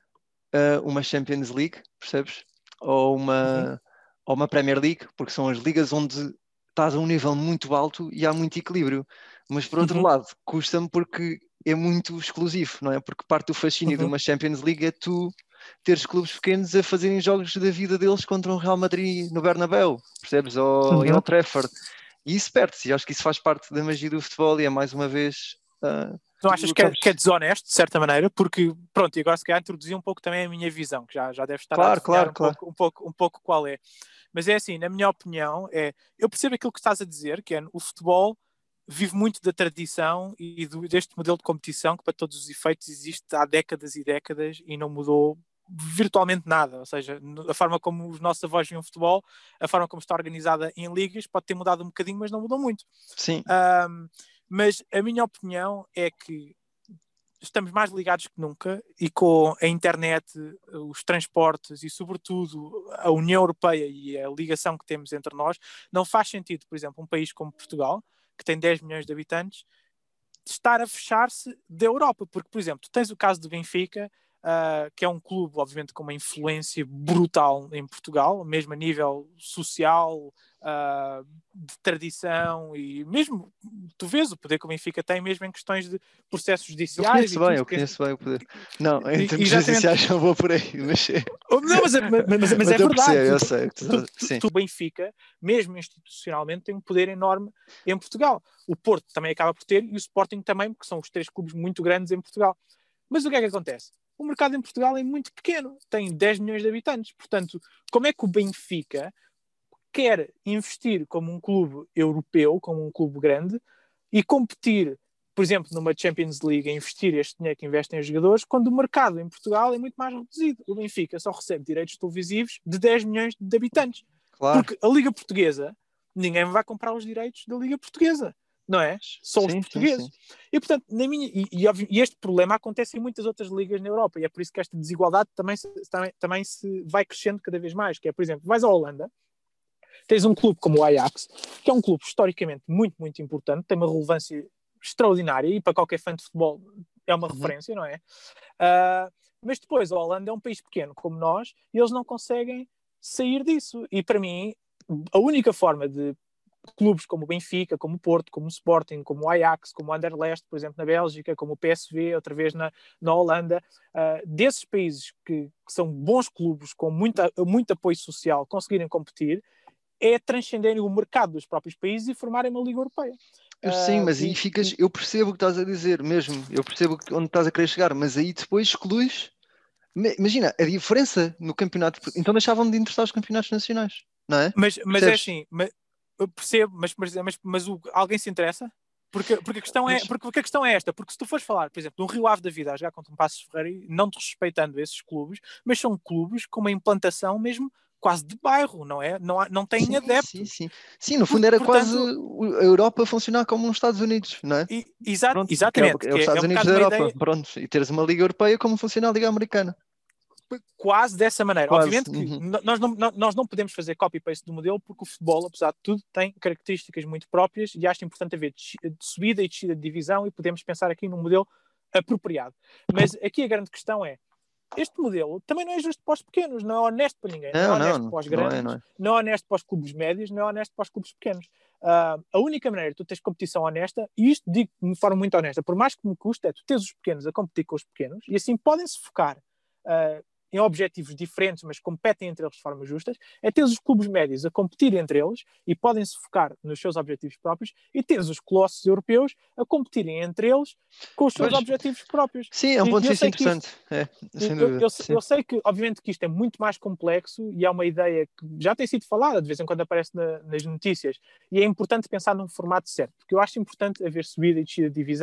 uh, uma Champions League, percebes? Ou uma, Uhum. ou uma Premier League, porque são as ligas onde estás a um nível muito alto e há muito equilíbrio. Mas por outro Uhum. lado, custa-me porque é muito exclusivo, não é? Porque parte do fascínio de Uhum. uma Champions League é tu teres clubes pequenos a fazerem jogos da vida deles contra um Real Madrid no Bernabéu, percebes? Ou em Uhum. Old Trafford. E isso perde-se, e acho que isso faz parte da magia do futebol e é mais uma vez... Uh, Não achas que é, que é desonesto, de certa maneira? Porque, pronto, e agora se calhar introduzir um pouco também a minha visão, que já, já deve estar Claro, a definhar claro, um, claro. pouco, um, pouco, um pouco qual é. Mas é assim, na minha opinião, é, eu percebo aquilo que estás a dizer, que é o futebol vive muito da tradição e do, deste modelo de competição que para todos os efeitos existe há décadas e décadas e não mudou virtualmente nada, ou seja, a forma como os nossos avós viam futebol, a forma como está organizada em ligas pode ter mudado um bocadinho, mas não mudou muito. Sim. Um, mas a minha opinião é que estamos mais ligados que nunca e com a internet, os transportes e sobretudo a União Europeia e a ligação que temos entre nós, não faz sentido, por exemplo, um país como Portugal, que tem dez milhões de habitantes, estar a fechar-se da Europa, porque, por exemplo, tu tens o caso do Benfica, uh, que é um clube, obviamente, com uma influência brutal em Portugal, mesmo a nível social, uh, de tradição, e mesmo, tu vês o poder que o Benfica tem, mesmo em questões de processos Eu judiciais conheço e bem, tudo. eu conheço bem o poder. Não, em E, termos exatamente. judiciais não vou por aí, mas... Não, mas, mas, mas, mas é eu verdade. percebo, eu Tu, sei. tu, tu, Sim. tu, Benfica, mesmo institucionalmente, tem um poder enorme em Portugal. O Porto também acaba por ter e o Sporting também, porque são os três clubes muito grandes em Portugal. Mas o que é que acontece? O mercado em Portugal é muito pequeno, tem dez milhões de habitantes. Portanto, como é que o Benfica quer investir como um clube europeu, como um clube grande, e competir, por exemplo, numa Champions League, a investir este dinheiro que investem em jogadores, quando o mercado em Portugal é muito mais reduzido? O Benfica só recebe direitos televisivos de dez milhões de habitantes. Claro. Porque a Liga Portuguesa, ninguém vai comprar os direitos da Liga Portuguesa, não é? Só sim, os sim, portugueses. sim. E, portanto, na minha, e, e, este problema acontece em muitas outras ligas na Europa, e é por isso que esta desigualdade também se, também, também se vai crescendo cada vez mais, que é, por exemplo, vais à Holanda, tens um clube como o Ajax, que é um clube historicamente muito, muito importante, tem uma relevância extraordinária e para qualquer fã de futebol é uma uhum. referência, não é? Uh, mas depois a Holanda é um país pequeno como nós e eles não conseguem sair disso. E para mim, a única forma de clubes como o Benfica, como o Porto, como o Sporting, como o Ajax, como o Anderlecht, por exemplo, na Bélgica, como o P S V, outra vez na, na Holanda, uh, desses países que, que são bons clubes, com muita, muito apoio social, conseguirem competir, é transcenderem o mercado dos próprios países e formarem uma Liga Europeia. Eu sim, mas uh, aí e, ficas... E... Eu percebo o que estás a dizer mesmo. Eu percebo onde estás a querer chegar, mas aí depois excluís... Imagina, a diferença no campeonato... Então deixavam de interessar os campeonatos nacionais, não é? Mas, mas é assim, mas, eu percebo, mas, mas, mas, mas o, alguém se interessa? Porque, porque, a questão é, porque, porque a questão é esta, porque se tu fores falar, por exemplo, de um Rio Ave da Vida a jogar contra um Passos Ferreira, não desrespeitando esses clubes, mas são clubes com uma implantação mesmo quase de bairro, não é? Não, há, não têm sim, adeptos. Sim, sim. Sim, no fundo era Portanto, quase a Europa funcionar como nos Estados Unidos, não é? E, exa Pronto, exatamente. É, é os Estados é um Unidos da Europa, ideia... pronto. E teres uma Liga Europeia como funciona a Liga Americana. Quase dessa maneira. Quase. Obviamente que uhum. nós, não, nós não podemos fazer copy-paste do modelo porque o futebol, apesar de tudo, tem características muito próprias e acho importante haver de subida e descida de divisão e podemos pensar aqui num modelo apropriado. Mas aqui a grande questão é, este modelo também não é justo para os pequenos, não é honesto para ninguém, não, não é honesto não, para os grandes, não é, não, é. não é honesto para os clubes médios, não é honesto para os clubes pequenos. Uh, a única maneira de tu teres competição honesta, e isto digo de forma muito honesta, por mais que me custe, é tu teres os pequenos a competir com os pequenos e assim podem-se focar uh, em objetivos diferentes, mas competem entre eles de forma justas, é ter os clubes médios a competir entre eles e podem-se focar nos seus objetivos próprios e ter os colossos europeus a competirem entre eles com os seus pois, objetivos próprios. Sim, é um ponto de vista interessante. Isto, é, sem eu, dúvida. Eu, eu, eu sei que, obviamente, que isto é muito mais complexo e é uma ideia que já tem sido falada, de vez em quando aparece na, nas notícias, e é importante pensar num formato certo, porque eu acho importante haver subida e descida de divisão,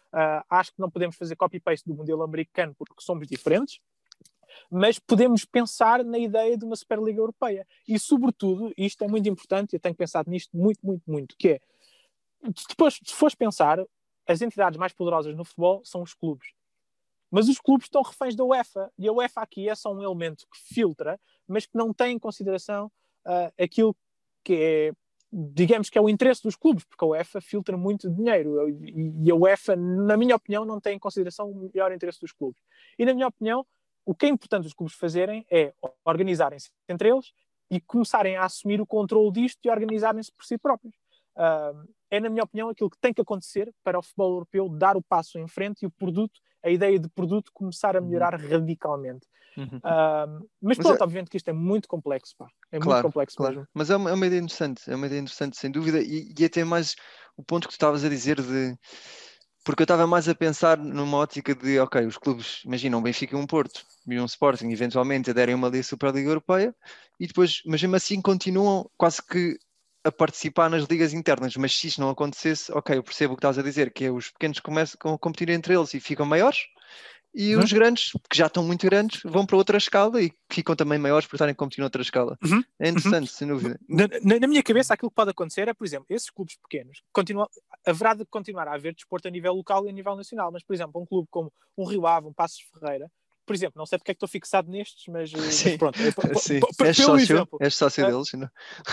Uh, acho que não podemos fazer copy-paste do modelo americano porque somos diferentes, mas podemos pensar na ideia de uma Superliga Europeia. E, sobretudo, isto é muito importante, eu tenho pensado nisto muito, muito, muito, que é, depois, se fores pensar, as entidades mais poderosas no futebol são os clubes. Mas os clubes estão reféns da UEFA, e a UEFA aqui é só um elemento que filtra, mas que não tem em consideração uh, aquilo que é, digamos que é o interesse dos clubes, porque a UEFA filtra muito dinheiro, e a UEFA, na minha opinião, não tem em consideração o melhor interesse dos clubes. E, na minha opinião, o que é importante os clubes fazerem é organizarem-se entre eles e começarem a assumir o controle disto e organizarem-se por si próprios. Uh, é, na minha opinião, aquilo que tem que acontecer para o futebol europeu dar o passo em frente e o produto, a ideia de produto, começar a melhorar uhum. radicalmente. Uhum. Uh, mas pronto, mas é... obviamente que isto é muito complexo, pá. É claro, muito complexo claro. mesmo. Mas é uma, é uma ideia interessante, é uma ideia interessante, sem dúvida, e, e até mais o ponto que tu estavas a dizer de... Porque eu estava mais a pensar numa ótica de, ok, os clubes, imagina, um Benfica e um Porto, e um Sporting, eventualmente aderem uma ali Superliga Europeia, e depois, mas mesmo assim continuam quase que a participar nas ligas internas, mas se isto não acontecesse, ok, eu percebo o que estás a dizer, que é os pequenos começam a competir entre eles e ficam maiores, e uhum. os grandes, que já estão muito grandes, vão para outra escala e ficam também maiores por estarem a competir noutra escala. Uhum. É interessante, uhum. sem dúvida. Na, na, na minha cabeça, aquilo que pode acontecer é, por exemplo, esses clubes pequenos, continua, haverá de continuar a haver desporto a nível local e a nível nacional, mas, por exemplo, um clube como um Rio Ave, um Passos Ferreira, por exemplo, não sei porque é que estou fixado nestes, mas, mas pronto. É, p- Sim. p- p- És pelo sócio, exemplo. és sócio deles, não?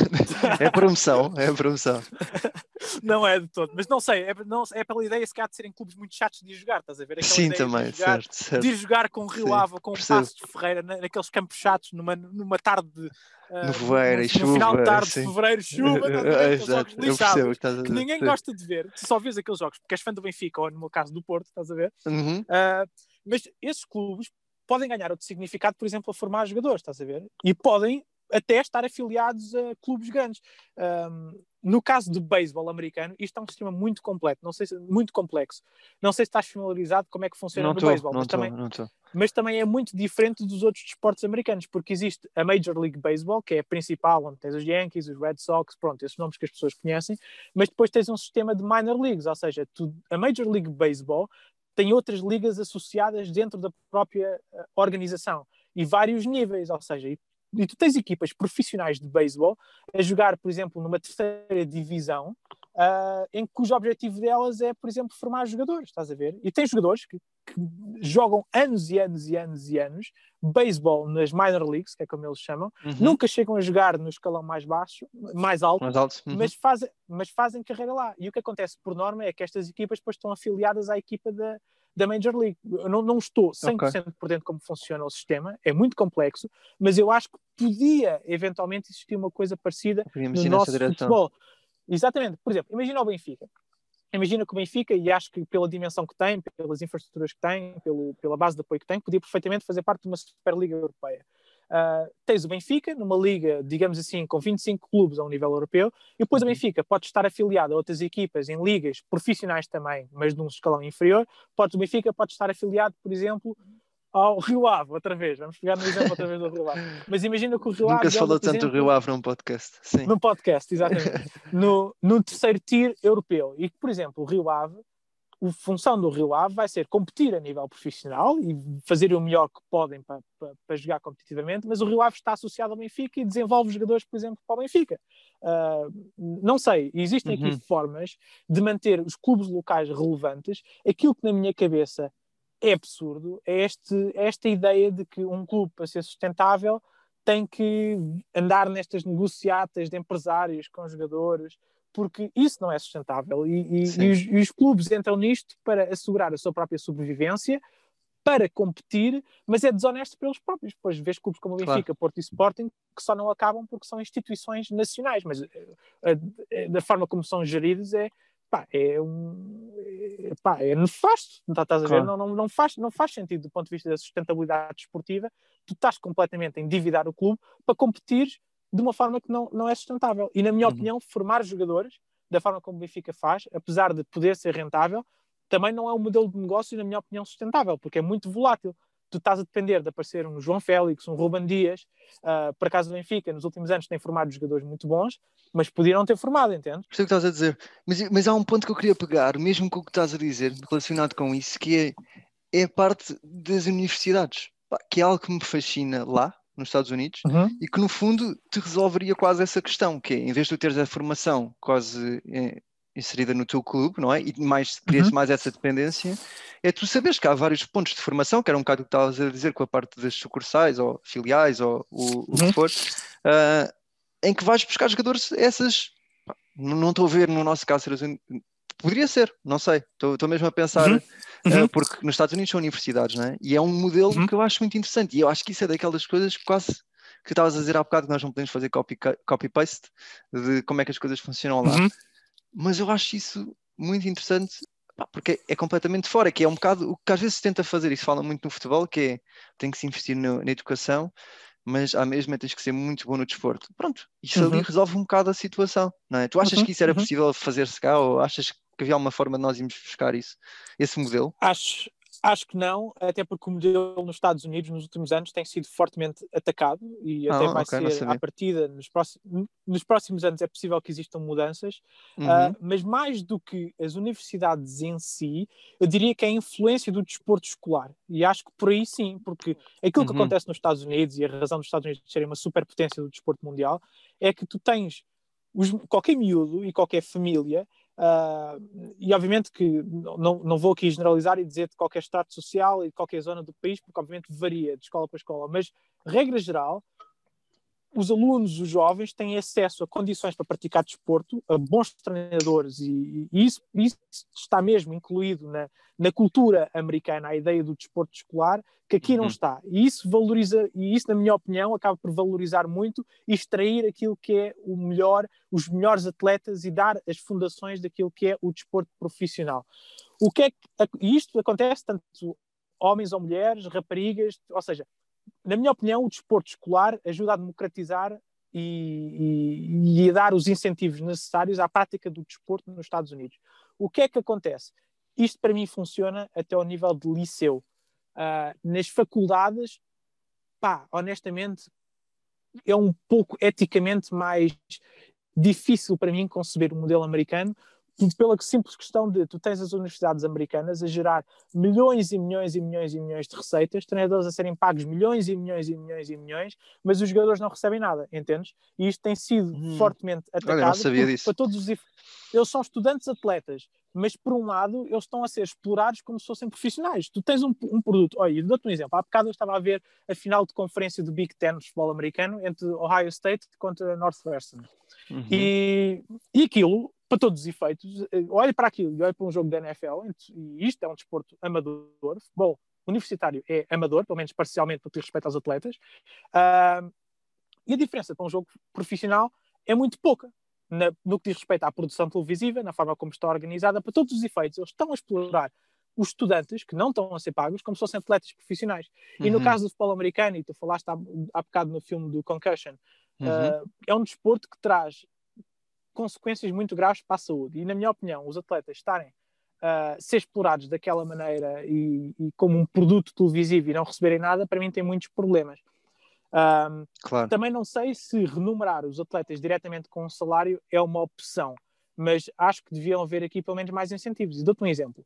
É promoção, é promoção. Não é de todo, mas não sei, é, não, é pela ideia se calhar de serem clubes muito chatos de ir jogar, estás a ver? Aquela Sim, ideia também, de, jogar, certo, certo. de ir jogar com o Rio Sim, Ave, com o percebo. Passos de Ferreira, na, naqueles campos chatos, numa, numa tarde de, uh, nevoeira no, e no chuva, final de tarde sim. de fevereiro, chuva, estás a ver? Aqueles jogos lixados que, que ninguém gosta de ver, tu só vês aqueles jogos porque és fã do Benfica ou no meu caso do Porto, estás a ver? Uhum. Uh, mas esses clubes podem ganhar outro significado, por exemplo, a formar jogadores, estás a ver? E podem até estar afiliados a clubes grandes. Um, no caso do beisebol americano, isto é um sistema muito completo, não sei se, muito complexo. Não sei se estás familiarizado como é que funciona não no tô, beisebol, não mas, tô, também, não tô. mas também é muito diferente dos outros desportos americanos, porque existe a Major League Baseball, que é a principal, onde tens os Yankees, os Red Sox, pronto, esses nomes que as pessoas conhecem, mas depois tens um sistema de minor leagues, ou seja, tu, a Major League Baseball tem outras ligas associadas dentro da própria uh, organização e vários níveis, ou seja, e, e tu tens equipas profissionais de beisebol a jogar, por exemplo, numa terceira divisão, uh, em cujo objetivo delas é, por exemplo, formar jogadores, estás a ver? E tem jogadores que, que jogam anos e anos e anos e anos beisebol nas minor leagues, que é como eles chamam, uhum. nunca chegam a jogar no escalão mais baixo, mais alto, mais alto. Uhum. mas, fazem, mas fazem carreira lá. E o que acontece por norma é que estas equipas depois estão afiliadas à equipa da, da Major League. Eu não, não estou cem por cento okay. por dentro de como funciona o sistema, é muito complexo, mas eu acho que podia eventualmente existir uma coisa parecida no nosso futebol. Exatamente. Por exemplo, imagina o Benfica. Imagina que o Benfica, e acho que pela dimensão que tem, pelas infraestruturas que tem, pelo, pela base de apoio que tem, podia perfeitamente fazer parte de uma Superliga Europeia. Uh, tens o Benfica, numa liga, digamos assim, com vinte e cinco clubes ao nível europeu, e depois uhum. o Benfica pode estar afiliado a outras equipas em ligas profissionais também, mas de um escalão inferior. Pode, o Benfica pode estar afiliado, por exemplo, ao Rio Ave, outra vez. Vamos pegar no exemplo outra vez do Rio Ave. Mas imagina que o Rio Ave... Nunca se falou tanto exemplo, do Rio Ave num podcast. Sim. Num podcast, exatamente. no, no terceiro tier europeu. E que, por exemplo, o Rio Ave, a função do Rio Ave vai ser competir a nível profissional e fazer o melhor que podem para, para, para jogar competitivamente, mas o RioAve está associado ao Benfica e desenvolve jogadores, por exemplo, para o Benfica. Uh, não sei, existem uhum. aqui formas de manter os clubes locais relevantes. Aquilo que na minha cabeça é absurdo é este, esta ideia de que um clube, para ser sustentável, tem que andar nestas negociatas de empresários com jogadores, porque isso não é sustentável. E, e, e, os, e os clubes entram nisto para assegurar a sua própria sobrevivência, para competir, mas é desonesto para eles próprios. Depois vês clubes como o Benfica, claro. Porto e Sporting, que só não acabam porque são instituições nacionais, mas a, a, a, da forma como são geridos é, pá, é, um, é, pá, é nefasto. Estás a ver? Claro. Não, não, não, faz, não faz sentido do ponto de vista da sustentabilidade desportiva. Tu estás completamente a endividar o clube para competir de uma forma que não, não é sustentável. E, na minha uhum. opinião, formar jogadores, da forma como o Benfica faz, apesar de poder ser rentável, também não é um modelo de negócio, na minha opinião, sustentável, porque é muito volátil. tu estás a depender de aparecer um João Félix, um Ruben Dias. Uh, por acaso o Benfica, nos últimos anos, tem formado jogadores muito bons, mas podiam ter formado, entende? Percebo o que estás a dizer. Mas, mas há um ponto que eu queria pegar, mesmo com o que estás a dizer, relacionado com isso, que é, é a parte das universidades, pá, que é algo que me fascina lá, nos Estados Unidos, uhum. e que no fundo te resolveria quase essa questão, que é, em vez de tu teres a formação quase é, inserida no teu clube, não é? E mais, crias uhum. mais essa dependência, é tu saberes que há vários pontos de formação, que era um bocado o que estavas a dizer com a parte das sucursais, ou filiais, ou o, o Uhum. que for, uh, em que vais buscar jogadores essas... Não estou a ver no nosso caso, poderia ser, não sei, estou mesmo a pensar, uhum. Uhum. Uh, porque nos Estados Unidos são universidades, não é? E é um modelo uhum. que eu acho muito interessante, e eu acho que isso é daquelas coisas que quase, que estavas a dizer há bocado, que nós não podemos fazer copy-paste copy de como é que as coisas funcionam lá, uhum. mas eu acho isso muito interessante, pá, porque é completamente fora, que é um bocado o que às vezes se tenta fazer, isso fala muito no futebol, que é, tem que se investir no, na educação, mas à mesma tens que ser muito bom no desporto. Pronto, isso Uhum. ali resolve um bocado a situação, não é? Tu achas uhum. que isso era uhum. possível fazer-se cá, ou achas que havia alguma forma de nós irmos buscar isso, esse modelo? Acho, acho que não, até porque o modelo nos Estados Unidos nos últimos anos tem sido fortemente atacado e até Ah, vai ok, não ser à sabia. partida, nos próximos, nos próximos anos é possível que existam mudanças, Uhum. uh, mas mais do que as universidades em si, eu diria que é a influência do desporto escolar. E acho que por aí sim, porque aquilo que Uhum. acontece nos Estados Unidos e a razão dos Estados Unidos serem uma superpotência do desporto mundial é que tu tens os, qualquer miúdo e qualquer família. Uh, e obviamente que não, não vou aqui generalizar e dizer de qualquer estrato social e de qualquer zona do país, porque obviamente varia de escola para escola, mas regra geral, os alunos, os jovens, têm acesso a condições para praticar desporto, a bons treinadores, e, e isso, isso está mesmo incluído na, na cultura americana, a ideia do desporto escolar, que aqui Uhum. não está. E isso valoriza, e isso, na minha opinião, acaba por valorizar muito e extrair aquilo que é o melhor, os melhores atletas e dar as fundações daquilo que é o desporto profissional. O que é que, e isto acontece tanto homens ou mulheres, raparigas, ou seja, na minha opinião, o desporto escolar ajuda a democratizar e, e, e a dar os incentivos necessários à prática do desporto nos Estados Unidos. O que é que acontece? Isto para mim funciona até ao nível de liceu. Uh, nas faculdades, pá, honestamente, é um pouco eticamente mais difícil para mim conceber o modelo americano, pela simples questão de tu tens as universidades americanas a gerar milhões e milhões e milhões e milhões de receitas, treinadores a serem pagos milhões e milhões e milhões e milhões, mas os jogadores não recebem nada, entendes? E isto tem sido Hum. fortemente atacado. Olha, não sabia porque, disso. para todos os eles são estudantes atletas, mas por um lado eles estão a ser explorados como se fossem profissionais. Tu tens um, um produto, olha, dou-te um exemplo, há bocado eu estava a ver a final de conferência do Big Ten de futebol americano entre Ohio State contra Northwestern. Uhum. E, e aquilo, para todos os efeitos, olha para aquilo e olha para um jogo da N F L, e isto é um desporto amador, futebol universitário é amador, pelo menos parcialmente no que diz respeito aos atletas, uh, e a diferença para um jogo profissional é muito pouca. Na, no que diz respeito à produção televisiva, na forma como está organizada, para todos os efeitos, eles estão a explorar os estudantes que não estão a ser pagos como se fossem atletas profissionais. Uhum. E no caso do futebol americano, e tu falaste há, há bocado no filme do Concussion, uhum. uh, é um desporto que traz consequências muito graves para a saúde. E, na minha opinião, os atletas estarem a uh, ser explorados daquela maneira e, e como um produto televisivo e não receberem nada, para mim tem muitos problemas. Um, claro. Também não sei se remunerar os atletas diretamente com um salário é uma opção, mas acho que deviam haver aqui pelo menos mais incentivos. E dou-te um exemplo.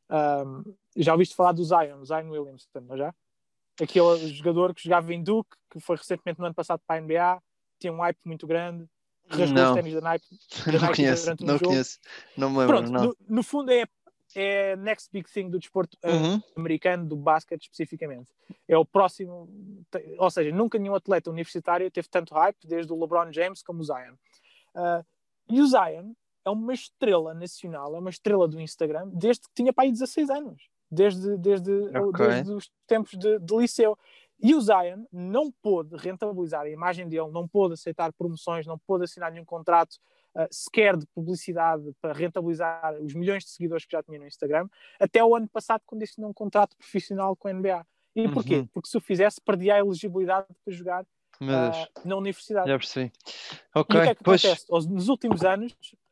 Um, já ouviste falar do Zion, Zion Williamson, não já? Aquele jogador que jogava em Duke, que foi recentemente no ano passado para a N B A, tinha um hype muito grande, rasgou os ténis da Nike, da não Nike conheço, durante um não jogo. Conheço. Não me lembro, Pronto, não. No, no fundo é é next big thing do desporto uhum. americano, do basquete especificamente. É o próximo, ou seja, nunca nenhum atleta universitário teve tanto hype, desde o LeBron James como o Zion. Uh, e o Zion é uma estrela nacional, é uma estrela do Instagram, desde que tinha para aí dezasseis anos, desde, desde, okay. desde os tempos de, de liceu. E o Zion não pôde rentabilizar a imagem dele, não pôde aceitar promoções, não pôde assinar nenhum contrato uh, sequer de publicidade para rentabilizar os milhões de seguidores que já tinha no Instagram, até o ano passado, quando assinou um contrato profissional com a N B A. E uhum. porquê? Porque se o fizesse, perdia a elegibilidade para jogar uh, na universidade. Já percebi. Okay. E o que é que pois... acontece? Nos últimos anos,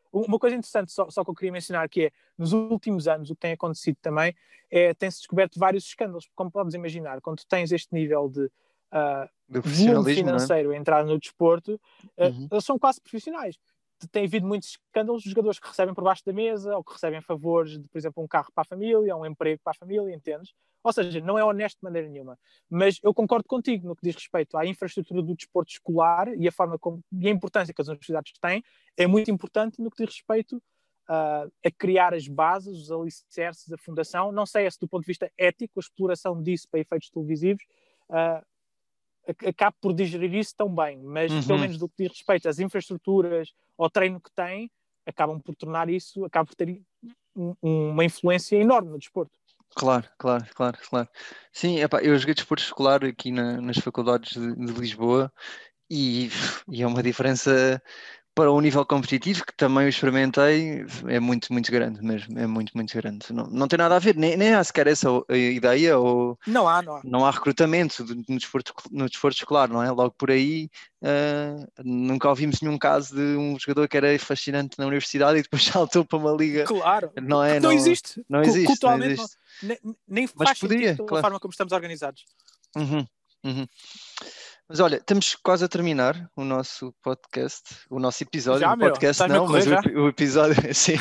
Uma coisa interessante só, só que eu queria mencionar que é, nos últimos anos, o que tem acontecido também é, tem-se descoberto vários escândalos, como podes imaginar, quando tu tens este nível de uh, Do volume profissionalismo, não é? financeiro a entrar no desporto, uh, Uhum. eles são quase profissionais. Tem havido muitos escândalos de jogadores que recebem por baixo da mesa ou que recebem favores de, por exemplo, um carro para a família ou um emprego para a família, entendes? Ou seja, não é honesto de maneira nenhuma. Mas eu concordo contigo no que diz respeito à infraestrutura do desporto escolar e a forma como, e a importância que as universidades têm é muito importante no que diz respeito uh, a criar as bases, os alicerces, a fundação. Não sei se do ponto de vista ético, a exploração disso para efeitos televisivos uh, acabo por digerir isso tão bem, mas Uhum. pelo menos do que diz respeito às infraestruturas, ao treino que tem, acabam por tornar isso, acabam por ter um, uma influência enorme no desporto. Claro, claro, claro, claro. Sim, epá, eu joguei desporto escolar aqui na, nas faculdades de, de Lisboa e, e é uma diferença para o nível competitivo, que também o experimentei, é muito, muito grande mesmo, é muito, muito grande. Não, não tem nada a ver, nem, nem há sequer essa a ideia, ou Não há, não há. não há recrutamento no desporto, no desporto escolar, não é? Logo por aí, uh, nunca ouvimos nenhum caso de um jogador que era fascinante na universidade e depois saltou para uma liga. Claro, Não é? porque não Não, existe. não existe, não Culturalmente, não, existe. nem, nem Mas faz sentido podia, pela claro. forma como estamos organizados. Uhum, uhum. Mas olha, estamos quase a terminar o nosso podcast, o nosso episódio, Já, o meu, podcast estás-me a não, correr mas o, já? o episódio, sim.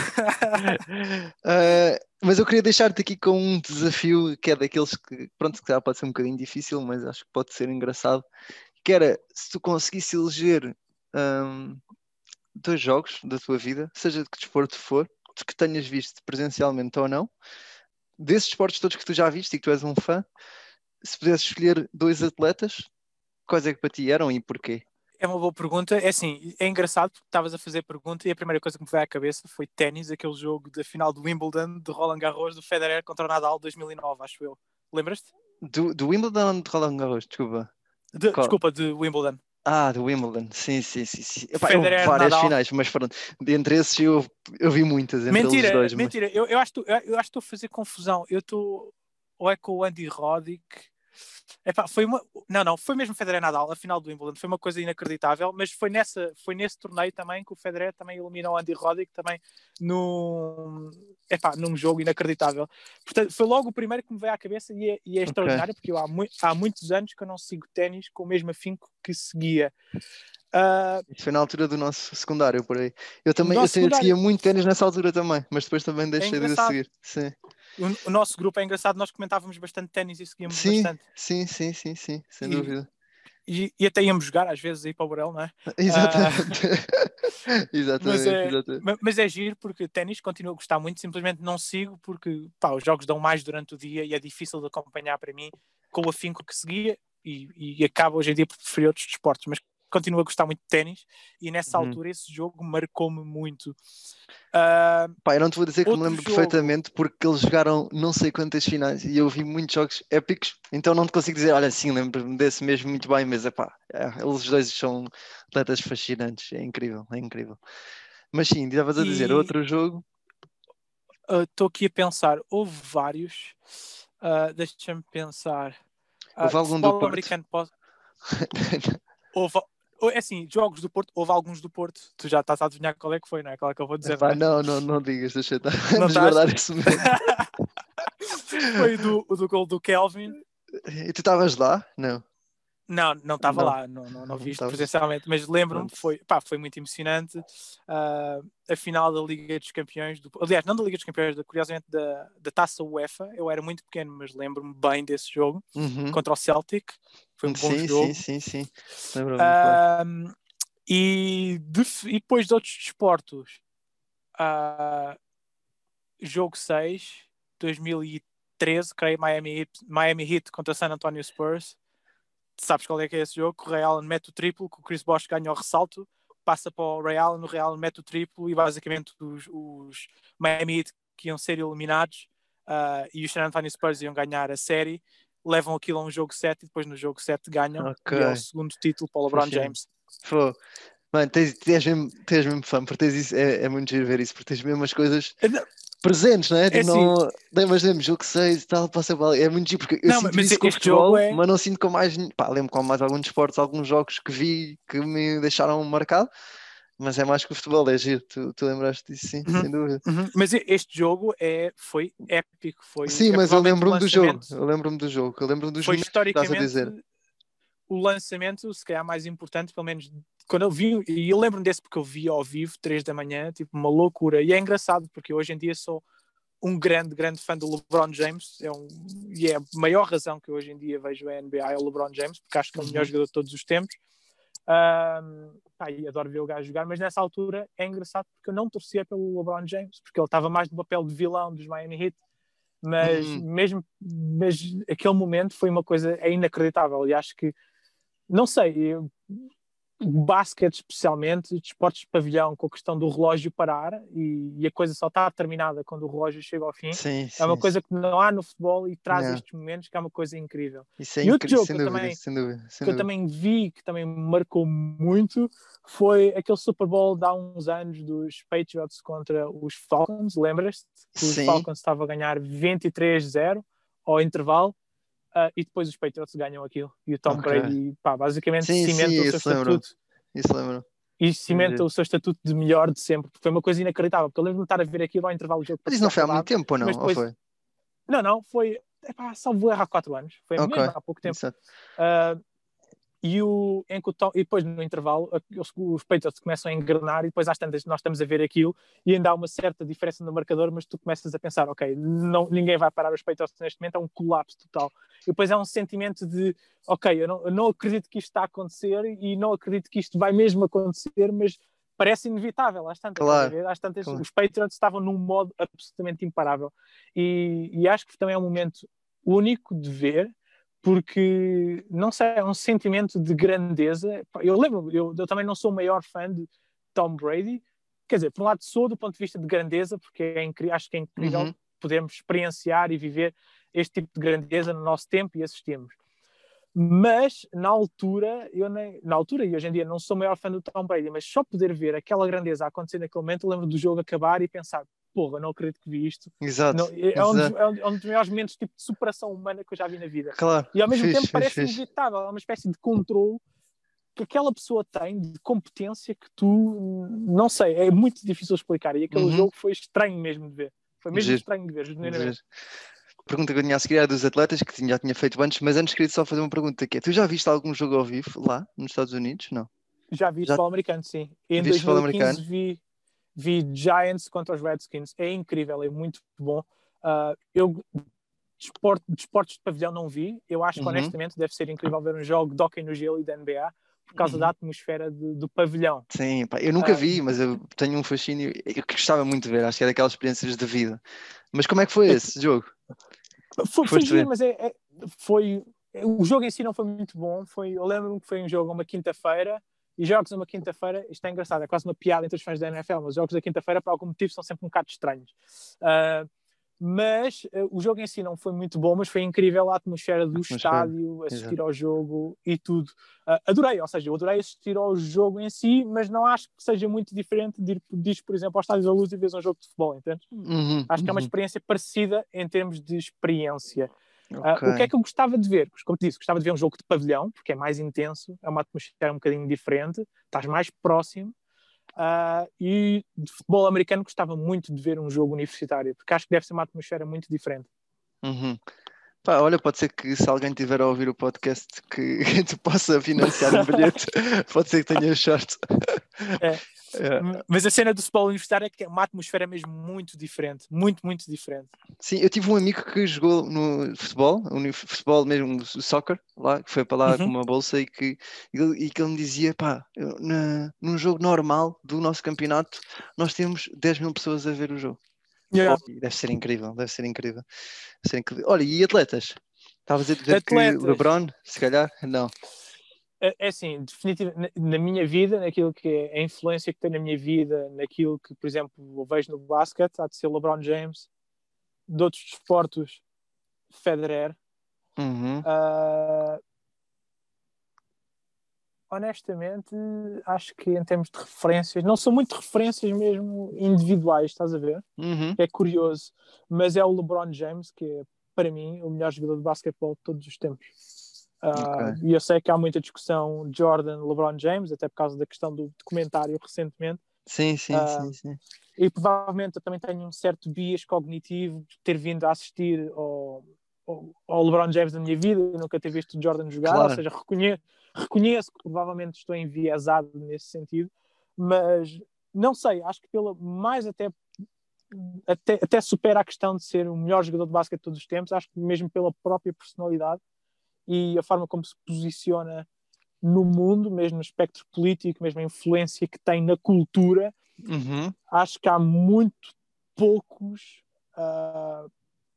Uh, mas eu queria deixar-te aqui com um desafio que é daqueles que, pronto, que já pode ser um bocadinho difícil, mas acho que pode ser engraçado, que era, se tu conseguisse eleger um, dois jogos da tua vida, seja de que desporto for, de que tenhas visto presencialmente ou não, desses desportos todos que tu já viste e que tu és um fã, se pudesses escolher dois atletas, quais é que para ti eram e porquê? É uma boa pergunta. É assim, é engraçado porque estavas a fazer a pergunta e a primeira coisa que me veio à cabeça foi ténis, aquele jogo da final do Wimbledon, de Roland Garros, do Federer contra o Nadal dois mil e nove, acho eu. Lembras-te? Do, do Wimbledon ou de Roland Garros? Desculpa. De, Qual? desculpa, de Wimbledon. Ah, do Wimbledon, sim, sim, sim, sim. Epá, eu vi Federer, várias Nadal. finais, mas pronto, entre esses eu, eu vi muitas, entre eles Mentira, dois. Mas... mentira. Eu, eu acho que eu, eu acho que estou a fazer confusão. Eu estou. Ou é com o Andy Roddick. Epá, foi uma... Não, não, foi mesmo Federer Nadal, a final do Wimbledon, foi uma coisa inacreditável, mas foi, nessa, foi nesse torneio também que o Federer também eliminou o Andy Roddick também num, epá, num jogo inacreditável. Portanto, foi logo o primeiro que me veio à cabeça e é, e é extraordinário, okay. porque eu há, mu há muitos anos que eu não sigo ténis com o mesmo afinco que seguia. Uh, Isso foi na altura do nosso secundário, por aí. Eu também, eu secundário seguia muito ténis nessa altura também, mas depois também é deixei de a engraçado. seguir. Sim. O, o nosso grupo é engraçado, nós comentávamos bastante ténis e seguíamos Sim, bastante. sim, sim, sim, sim, sem E, dúvida. E, e até íamos jogar às vezes aí para o Borel, não é? Exatamente. Uh, mas, exatamente, é, exatamente. mas é giro porque ténis continuo a gostar muito, simplesmente não sigo porque pá, os jogos dão mais durante o dia e é difícil de acompanhar para mim com o afinco que seguia e, e acaba hoje em dia por preferir outros desportos, mas continuo a gostar muito de ténis e nessa Uhum. altura esse jogo marcou-me muito. Uh, Pá, eu não te vou dizer que me lembro jogo... perfeitamente porque eles jogaram não sei quantas finais e eu vi muitos jogos épicos, então não te consigo dizer, olha, sim, lembro-me desse mesmo muito bem, mas epá, é, eles dois são atletas fascinantes, é incrível, é incrível. Mas sim, estavas a dizer, e outro jogo. estou uh, aqui a pensar, houve vários, uh, deixa-me pensar. Uh, Houve de algum do futebol Porto? americano posso... houve, é assim, jogos do Porto, houve alguns do Porto, tu já estás a adivinhar qual é que foi, não é? Qual é que eu vou dizer, Epá, não é? não, não, não digas, deixa estar. Não Vamos estás? guardar esse momento. Foi do, o do gol do Kelvin. E tu estavas lá? Não. Não, não estava Não. lá, não, não, não vi isto Tavas... presencialmente, mas lembro-me, Pronto. foi, pá, foi muito emocionante. Uh, a final da Liga dos Campeões, do, aliás, não da Liga dos Campeões, da, curiosamente da, da Taça UEFA. Eu era muito pequeno, mas lembro-me bem desse jogo Uhum. contra o Celtic. Foi um bom Sim, jogo. sim, sim, sim. Lembro-me, claro. Uh, e, de, e depois de outros desportos, uh, jogo seis, dois mil e treze, creio, Miami Heat, Miami Heat contra San Antonio Spurs. Sabes qual é que é esse jogo? O Ray Allen mete o triplo, que o Chris Bosh ganha o ressalto, passa para o Ray Allen, o Ray Allen mete o triplo e basicamente os, os Miami Heat que iam ser eliminados uh, e os San Antonio Spurs iam ganhar a série, levam aquilo a um jogo sete e depois no jogo sete ganham, Okay. e é o segundo título para o LeBron James. Pô. Mano, tens, tens, mesmo, tens mesmo fã, porque tens isso, é, é muito giro ver isso, porque tens mesmo as coisas presentes, não é? Tipo, É assim, não, mas lembro, jogo seis e tal, passa a bola. É muito giro, porque eu não, sinto mas isso com o este futebol, jogo é... mas não sinto com mais. Pá, lembro com mais alguns esportes, alguns jogos que vi que me deixaram marcado. Mas é mais que o futebol, é giro. Tu, tu lembraste disso, sim, Uhum. sem dúvida. Uhum. Mas este jogo é, foi épico. Foi, Sim, é mas eu provavelmente o lembro-me do jogo. lançamento. Eu lembro-me do jogo. Eu lembro-me dos Foi momentos que estás a historicamente dizer. o lançamento, se calhar mais importante, pelo menos quando eu vi, e eu lembro-me desse porque eu vi ao vivo, três da manhã, tipo uma loucura. E é engraçado porque hoje em dia sou um grande, grande fã do LeBron James, é um, e é a maior razão que hoje em dia vejo a N B A é o LeBron James, porque acho que é o melhor Uhum. jogador de todos os tempos. Um, pá, e adoro ver o gajo jogar, mas nessa altura é engraçado porque eu não torcia pelo LeBron James, porque ele estava mais no papel de vilão dos Miami Heat, mas Uhum. mesmo mas aquele momento foi uma coisa é inacreditável, e acho que não sei, eu, o basquete especialmente, desportos de pavilhão com a questão do relógio parar e, e a coisa só está terminada quando o relógio chega ao fim, Sim, é uma sim, sim. coisa que não há no futebol e traz Yeah. estes momentos que é uma coisa incrível. Isso é E outro incrível, jogo sem que eu dúvida, também sem dúvida, sem que eu dúvida. também vi, que também me marcou muito, foi aquele Super Bowl de há uns anos dos Patriots contra os Falcons. Lembras-te que os Sim, Falcons estavam a ganhar vinte e três a zero ao intervalo, uh, e depois os Patriots ganham aquilo. E o Tom ok. Brady, pá, basicamente Sim, sim, cimenta o seu isso lembro. estatuto Isso lembro. e cimenta o seu estatuto de melhor de sempre. Foi uma coisa inacreditável, porque eu lembro-me de estar a ver aquilo ao intervalo do jogo para Mas isso ter não foi há muito acabado, tempo, ou não? mas Ou depois... foi? Não, não, foi... Epá, salvo erro há quatro anos. Foi Ok. mesmo há pouco tempo. Exato. Uh, e, o, em que o Tom, e depois no intervalo os, os Patriots começam a engrenar e depois às tantas nós estamos a ver aquilo e ainda há uma certa diferença no marcador, mas tu começas a pensar, ok, não, ninguém vai parar os Patriots neste momento, é um colapso total. E depois é um sentimento de, ok, eu não, eu não acredito que isto está a acontecer e não acredito que isto vai mesmo acontecer, mas parece inevitável às tantas, estás a Claro, ver? Às tantas, claro. os Patriots estavam num modo absolutamente imparável. E, e acho que também é um momento único de ver, porque, não sei, é um sentimento de grandeza. Eu lembro, eu, eu também não sou o maior fã de Tom Brady, quer dizer, por um lado sou do ponto de vista de grandeza, porque é incrível, acho que é incrível Uhum. podermos experienciar e viver este tipo de grandeza no nosso tempo e assistimos. Mas, na altura, eu nem, na altura e hoje em dia não sou o maior fã do Tom Brady, mas só poder ver aquela grandeza acontecer naquele momento, eu lembro do jogo acabar e pensar, porra, não acredito que vi isto. Exato, Não, é, um dos, exato. é um dos maiores momentos tipo, de superação humana que eu já vi na vida. Claro, E ao mesmo fixe, tempo fixe, parece fixe. inevitável, é uma espécie de controle que aquela pessoa tem de competência que tu, não sei, é muito difícil explicar. E aquele Uhum. jogo foi estranho mesmo de ver. Foi mesmo Giro, estranho de ver, giro. genuinamente. Pergunta que eu tinha a seguir era dos atletas, que já tinha feito antes, mas antes queria só fazer uma pergunta, que é, tu já viste algum jogo ao vivo lá, nos Estados Unidos? Não. Já vi Já futebol americano, sim. Em viste futebol dois mil e quinze americano? vi, vi Giants contra os Redskins. É incrível, é muito bom. Uh, eu desporto, desportos de pavilhão não vi. Eu acho que Uhum, honestamente deve ser incrível ver um jogo de hóquei no gelo e da N B A por causa da uhum. atmosfera de, do pavilhão. Sim, pá, eu nunca vi, Uh, mas eu tenho um fascínio, eu que gostava muito de ver, acho que é daquelas experiências de vida. Mas como é que foi esse jogo? foi, Que foi foste giro, ver? mas é, é, foi o jogo em si não foi muito bom. Foi, eu lembro-me que foi um jogo uma quinta-feira e jogos uma quinta-feira, isto é engraçado, é quase uma piada entre os fãs da N F L, mas jogos da quinta-feira por algum motivo são sempre um bocado estranhos. Uh, mas uh, o jogo em si não foi muito bom, mas foi incrível a atmosfera do Atmosfera, estádio, assistir exato. ao jogo e tudo. Uh, adorei, ou seja, eu adorei assistir ao jogo em si, mas não acho que seja muito diferente de ir, de ir por exemplo, ao Estádio da Luz e ver um jogo de futebol, entende? Uhum, Acho que é uma uhum. experiência parecida em termos de experiência. Uh, Ok. o que é que eu gostava de ver? Como te disse, gostava de ver um jogo de pavilhão, porque é mais intenso, é uma atmosfera um bocadinho diferente, estás mais próximo. Uh, e de futebol americano gostava muito de ver um jogo universitário, porque acho que deve ser uma atmosfera muito diferente. Uhum. Pá, olha, pode ser que se alguém tiver a ouvir o podcast que, que tu possa financiar um bilhete, pode ser que tenhas sorte. É. É. Mas a cena do futebol universitário é que é uma atmosfera mesmo muito diferente, muito, muito diferente. Sim, eu tive um amigo que jogou no futebol, no futebol mesmo, o soccer, lá, que foi para lá com Uhum. uma bolsa e que, e que ele me dizia, pá, eu, na, num jogo normal do nosso campeonato, nós temos dez mil pessoas a ver o jogo. Yeah. E deve ser incrível, deve ser incrível. Deve ser incrível. Olha, e atletas? Estavas a dizer que Atletas, LeBron, se calhar? Não. é, é assim, definitivamente, na, na minha vida, naquilo que é a influência que tem na minha vida, naquilo que, por exemplo, eu vejo no basquete, há de ser LeBron James, de outros desportos, Federer. Uhum. Uh, honestamente, acho que em termos de referências, não são muito referências mesmo individuais, estás a ver? Uhum. É curioso, mas é o LeBron James, que é, para mim, o melhor jogador de basquetebol de todos os tempos. Ok. Uh, e eu sei que há muita discussão Jordan, LeBron James, até por causa da questão do documentário recentemente. Sim, sim, sim, Uh, sim. e provavelmente eu também tenho um certo bias cognitivo de ter vindo a assistir ao, ao, ao LeBron James na minha vida e nunca ter visto o Jordan jogar, ou Claro. seja, reconheço, reconheço que provavelmente estou enviesado nesse sentido, mas não sei, acho que pela mais até, até, até supera a questão de ser o melhor jogador de basquete de todos os tempos, acho que mesmo pela própria personalidade e a forma como se posiciona no mundo, mesmo no espectro político, mesmo a influência que tem na cultura. Uhum. Acho que há muito poucos. Uh,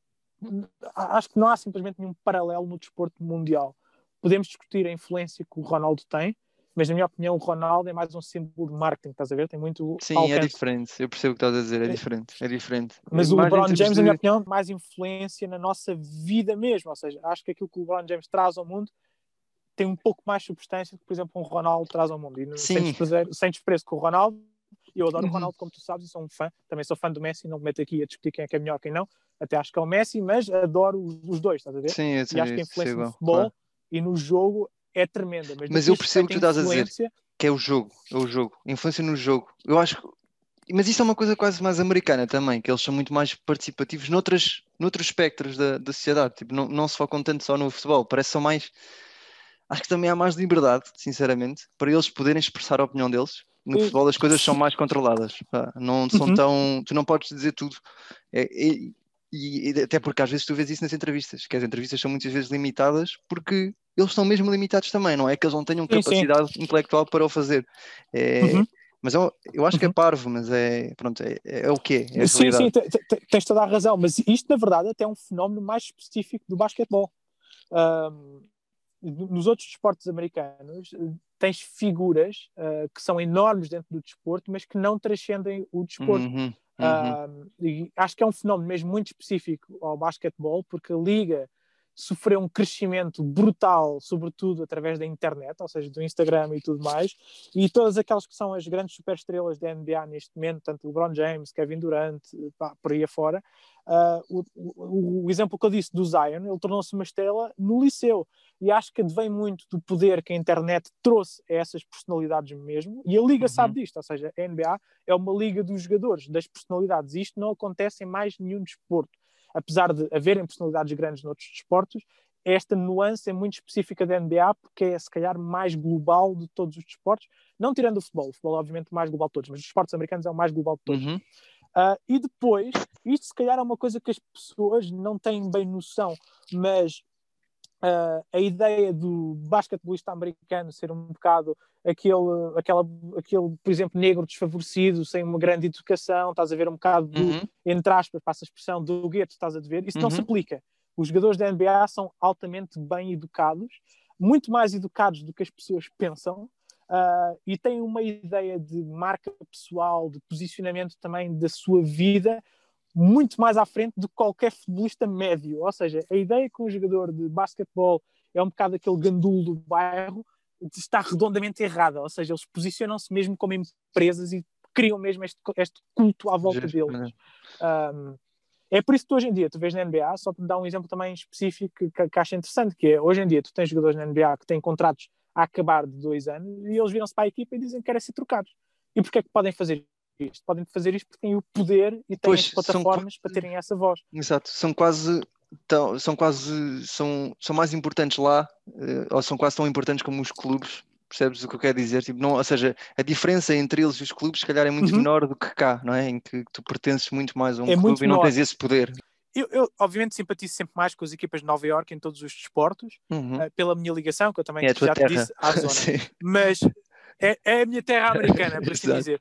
acho que não há simplesmente nenhum paralelo no desporto mundial. Podemos discutir a influência que o Ronaldo tem, mas na minha opinião o Ronaldo é mais um símbolo de marketing, estás a ver? Tem muito Sim, é alcance. diferente. Eu percebo o que estás a dizer, é diferente. É diferente. Mas É o mais em LeBron termos James, de... na minha opinião, tem mais influência na nossa vida mesmo. Ou seja, acho que aquilo que o LeBron James traz ao mundo tem um pouco mais substância do que, por exemplo, um Ronaldo traz ao mundo. E sem Sim. desprezo, sem desprezo com o Ronaldo, eu adoro Uhum. o Ronaldo, como tu sabes, e sou um fã. Também sou fã do Messi, não me meto aqui a discutir quem é que é melhor, quem não. Até acho que é o Messi, mas adoro os, os dois, estás a ver? Sim, eu E acho que a isso é influência no igual, futebol claro. e no jogo é tremenda. Mas no Mas que eu diz percebo o respeito que à tu estás a dizer, influência... que é o jogo, é o jogo, a influência no jogo. Eu acho que... Mas isso é uma coisa quase mais americana também, que eles são muito mais participativos noutras, noutros espectros da, da sociedade. Tipo, não, não se focam tanto só no futebol, parece que são mais... Acho que também há mais liberdade, sinceramente, para eles poderem expressar a opinião deles. No E... futebol as coisas são mais controladas. Pá. Não são Uhum. tão... Tu não podes dizer tudo. É, é, e, e até porque às vezes tu vês isso nas entrevistas, que as entrevistas são muitas vezes limitadas porque eles são mesmo limitados também, não é que eles não tenham Sim, sim. capacidade intelectual para o fazer. É, Uhum. mas eu, eu acho que é Uhum. parvo, mas é, pronto, é, é o quê? É a Sim, sim, realidade. tens toda a razão, mas isto na verdade até é um fenómeno mais específico do basquetebol. Um, nos outros desportos americanos tens figuras uh, que são enormes dentro do desporto, mas que não transcendem o desporto. Uhum, uhum. Uh, e acho que é um fenómeno mesmo muito específico ao basquetebol, porque a liga sofreu um crescimento brutal, sobretudo através da internet, ou seja, do Instagram e tudo mais, e todas aquelas que são as grandes superestrelas da N B A neste momento, tanto LeBron James, Kevin Durant, pá, por aí afora, uh, o, o, o exemplo que eu disse do Zion, ele tornou-se uma estrela no liceu, e acho que advém muito do poder que a internet trouxe a essas personalidades mesmo, e a liga Uhum. sabe disto, ou seja, a N B A é uma liga dos jogadores, das personalidades, e isto não acontece em mais nenhum desporto. Apesar de haverem personalidades grandes noutros desportos, esta nuance é muito específica da N B A porque é, se calhar, mais global de todos os desportos, não tirando o futebol, o futebol é obviamente mais global de todos, mas os esportes americanos é o mais global de todos. Uhum. Uh, e depois, isto se calhar é uma coisa que as pessoas não têm bem noção, mas Uh, a ideia do basquetebolista americano ser um bocado aquele, aquela, aquele, por exemplo, negro desfavorecido, sem uma grande educação, estás a ver um bocado do, Uhum. entre aspas, passa a expressão, do gueto, estás a ver, isso Uhum. não se aplica. Os jogadores da N B A são altamente bem educados, muito mais educados do que as pessoas pensam, uh, e têm uma ideia de marca pessoal, de posicionamento também da sua vida, muito mais à frente do que qualquer futebolista médio. Ou seja, a ideia que um jogador de basquetebol é um bocado aquele gandulo do bairro está redondamente errada. Ou seja, eles posicionam-se mesmo como empresas e criam mesmo este, este culto à volta Giro. deles. Um, é por isso que hoje em dia tu vês na N B A, só para dar um exemplo também específico que, que acho interessante, que é, hoje em dia tu tens jogadores na N B A que têm contratos a acabar de dois anos e eles viram-se para a equipa e dizem que querem ser trocados. E porquê é que podem fazer isto? Podem fazer isto porque têm o poder e têm Pois, as são plataformas quase... para terem essa voz. Exato, são quase tão, são quase são, são mais importantes lá, uh, ou são quase tão importantes como os clubes, percebes o que eu quero dizer? Tipo, não, ou seja, a diferença entre eles e os clubes se calhar é muito Uhum. menor do que cá, não é? Em que tu pertences muito mais a um É clube muito e não menor. tens esse poder. Eu, eu, obviamente, simpatizo sempre mais com as equipas de Nova Iorque em todos os desportos, Uhum. uh, pela minha ligação, que eu também É a tua já te terra. disse, à zona. Sim. Mas é, é a minha terra americana, por assim Exato. dizer.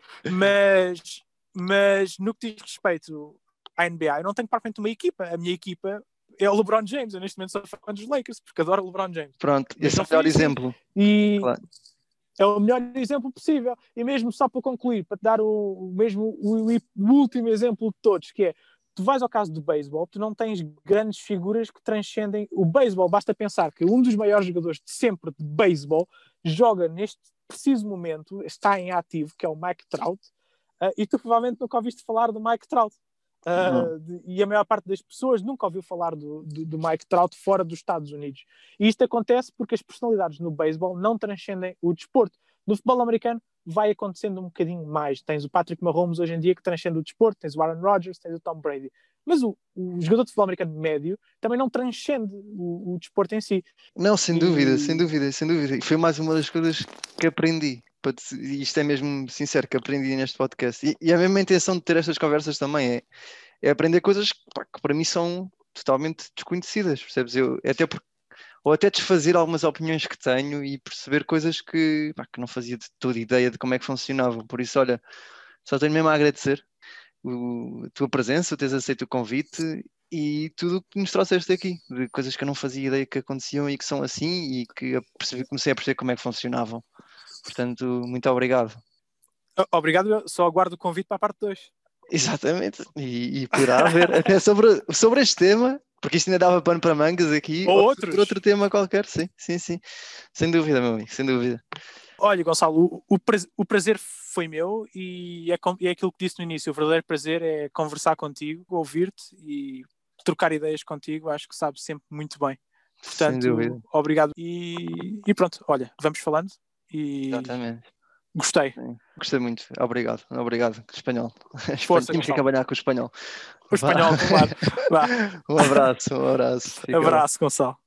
Mas, mas no que diz respeito à N B A, eu não tenho propriamente uma equipa. A minha equipa é o LeBron James. Eu neste momento sou fã dos Lakers, porque adoro o LeBron James. Pronto, Mas esse é não o melhor foi assim. exemplo. E Claro. é o melhor exemplo possível. E mesmo só para concluir, para te dar o, o mesmo o, o último exemplo de todos, que é, tu vais ao caso do beisebol, tu não tens grandes figuras que transcendem o beisebol. Basta pensar que um dos maiores jogadores de sempre de beisebol joga neste preciso momento, está em ativo, que é o Mike Trout, uh, e tu provavelmente nunca ouviste falar do Mike Trout. Uh, de, e a maior parte das pessoas nunca ouviu falar do, do, do Mike Trout fora dos Estados Unidos. E isto acontece porque as personalidades no beisebol não transcendem o desporto. No futebol americano vai acontecendo um bocadinho mais. Tens o Patrick Mahomes hoje em dia que transcende o desporto, tens o Aaron Rodgers, tens o Tom Brady. Mas o, o jogador de futebol americano médio também não transcende o, o desporto em si. Não, sem E- dúvida, sem dúvida, sem dúvida. E foi mais uma das coisas que aprendi. Para te- E isto é mesmo sincero, que aprendi neste podcast. E, e a mesma intenção de ter estas conversas também é, é aprender coisas que, pá, que para mim são totalmente desconhecidas, percebes? Eu, até por, ou até desfazer algumas opiniões que tenho e perceber coisas que, pá, que não fazia de toda ideia de como é que funcionavam. Por isso, olha, só tenho mesmo a agradecer o- a tua presença, o teres aceito o convite e tudo o que nos trouxeste aqui, de coisas que eu não fazia ideia que aconteciam e que são assim e que eu percebi- comecei a perceber como é que funcionavam. Portanto, muito obrigado. Obrigado, eu só aguardo o convite para a parte dois. Exatamente, e, e poderá haver até sobre, sobre este tema, porque isto ainda dava pano para mangas aqui, Ou ou outros. sobre outro tema qualquer, sim, sim, sim, sem dúvida, meu amigo, sem dúvida. Olha, Gonçalo, o, o, prazer, o prazer foi meu e é, com- é aquilo que disse no início. O verdadeiro prazer é conversar contigo, ouvir-te e trocar ideias contigo. Acho que sabes sempre muito bem. Sem dúvida, Portanto, obrigado. E, e pronto, olha, vamos falando e exatamente. gostei. Sim. Gostei muito, obrigado, obrigado, espanhol. Espanhol. Força, Temos que Gonçalo. acabar com o espanhol. O Vá. espanhol, claro. Vá. Um abraço, um abraço. Fica bem. Abraço, Gonçalo.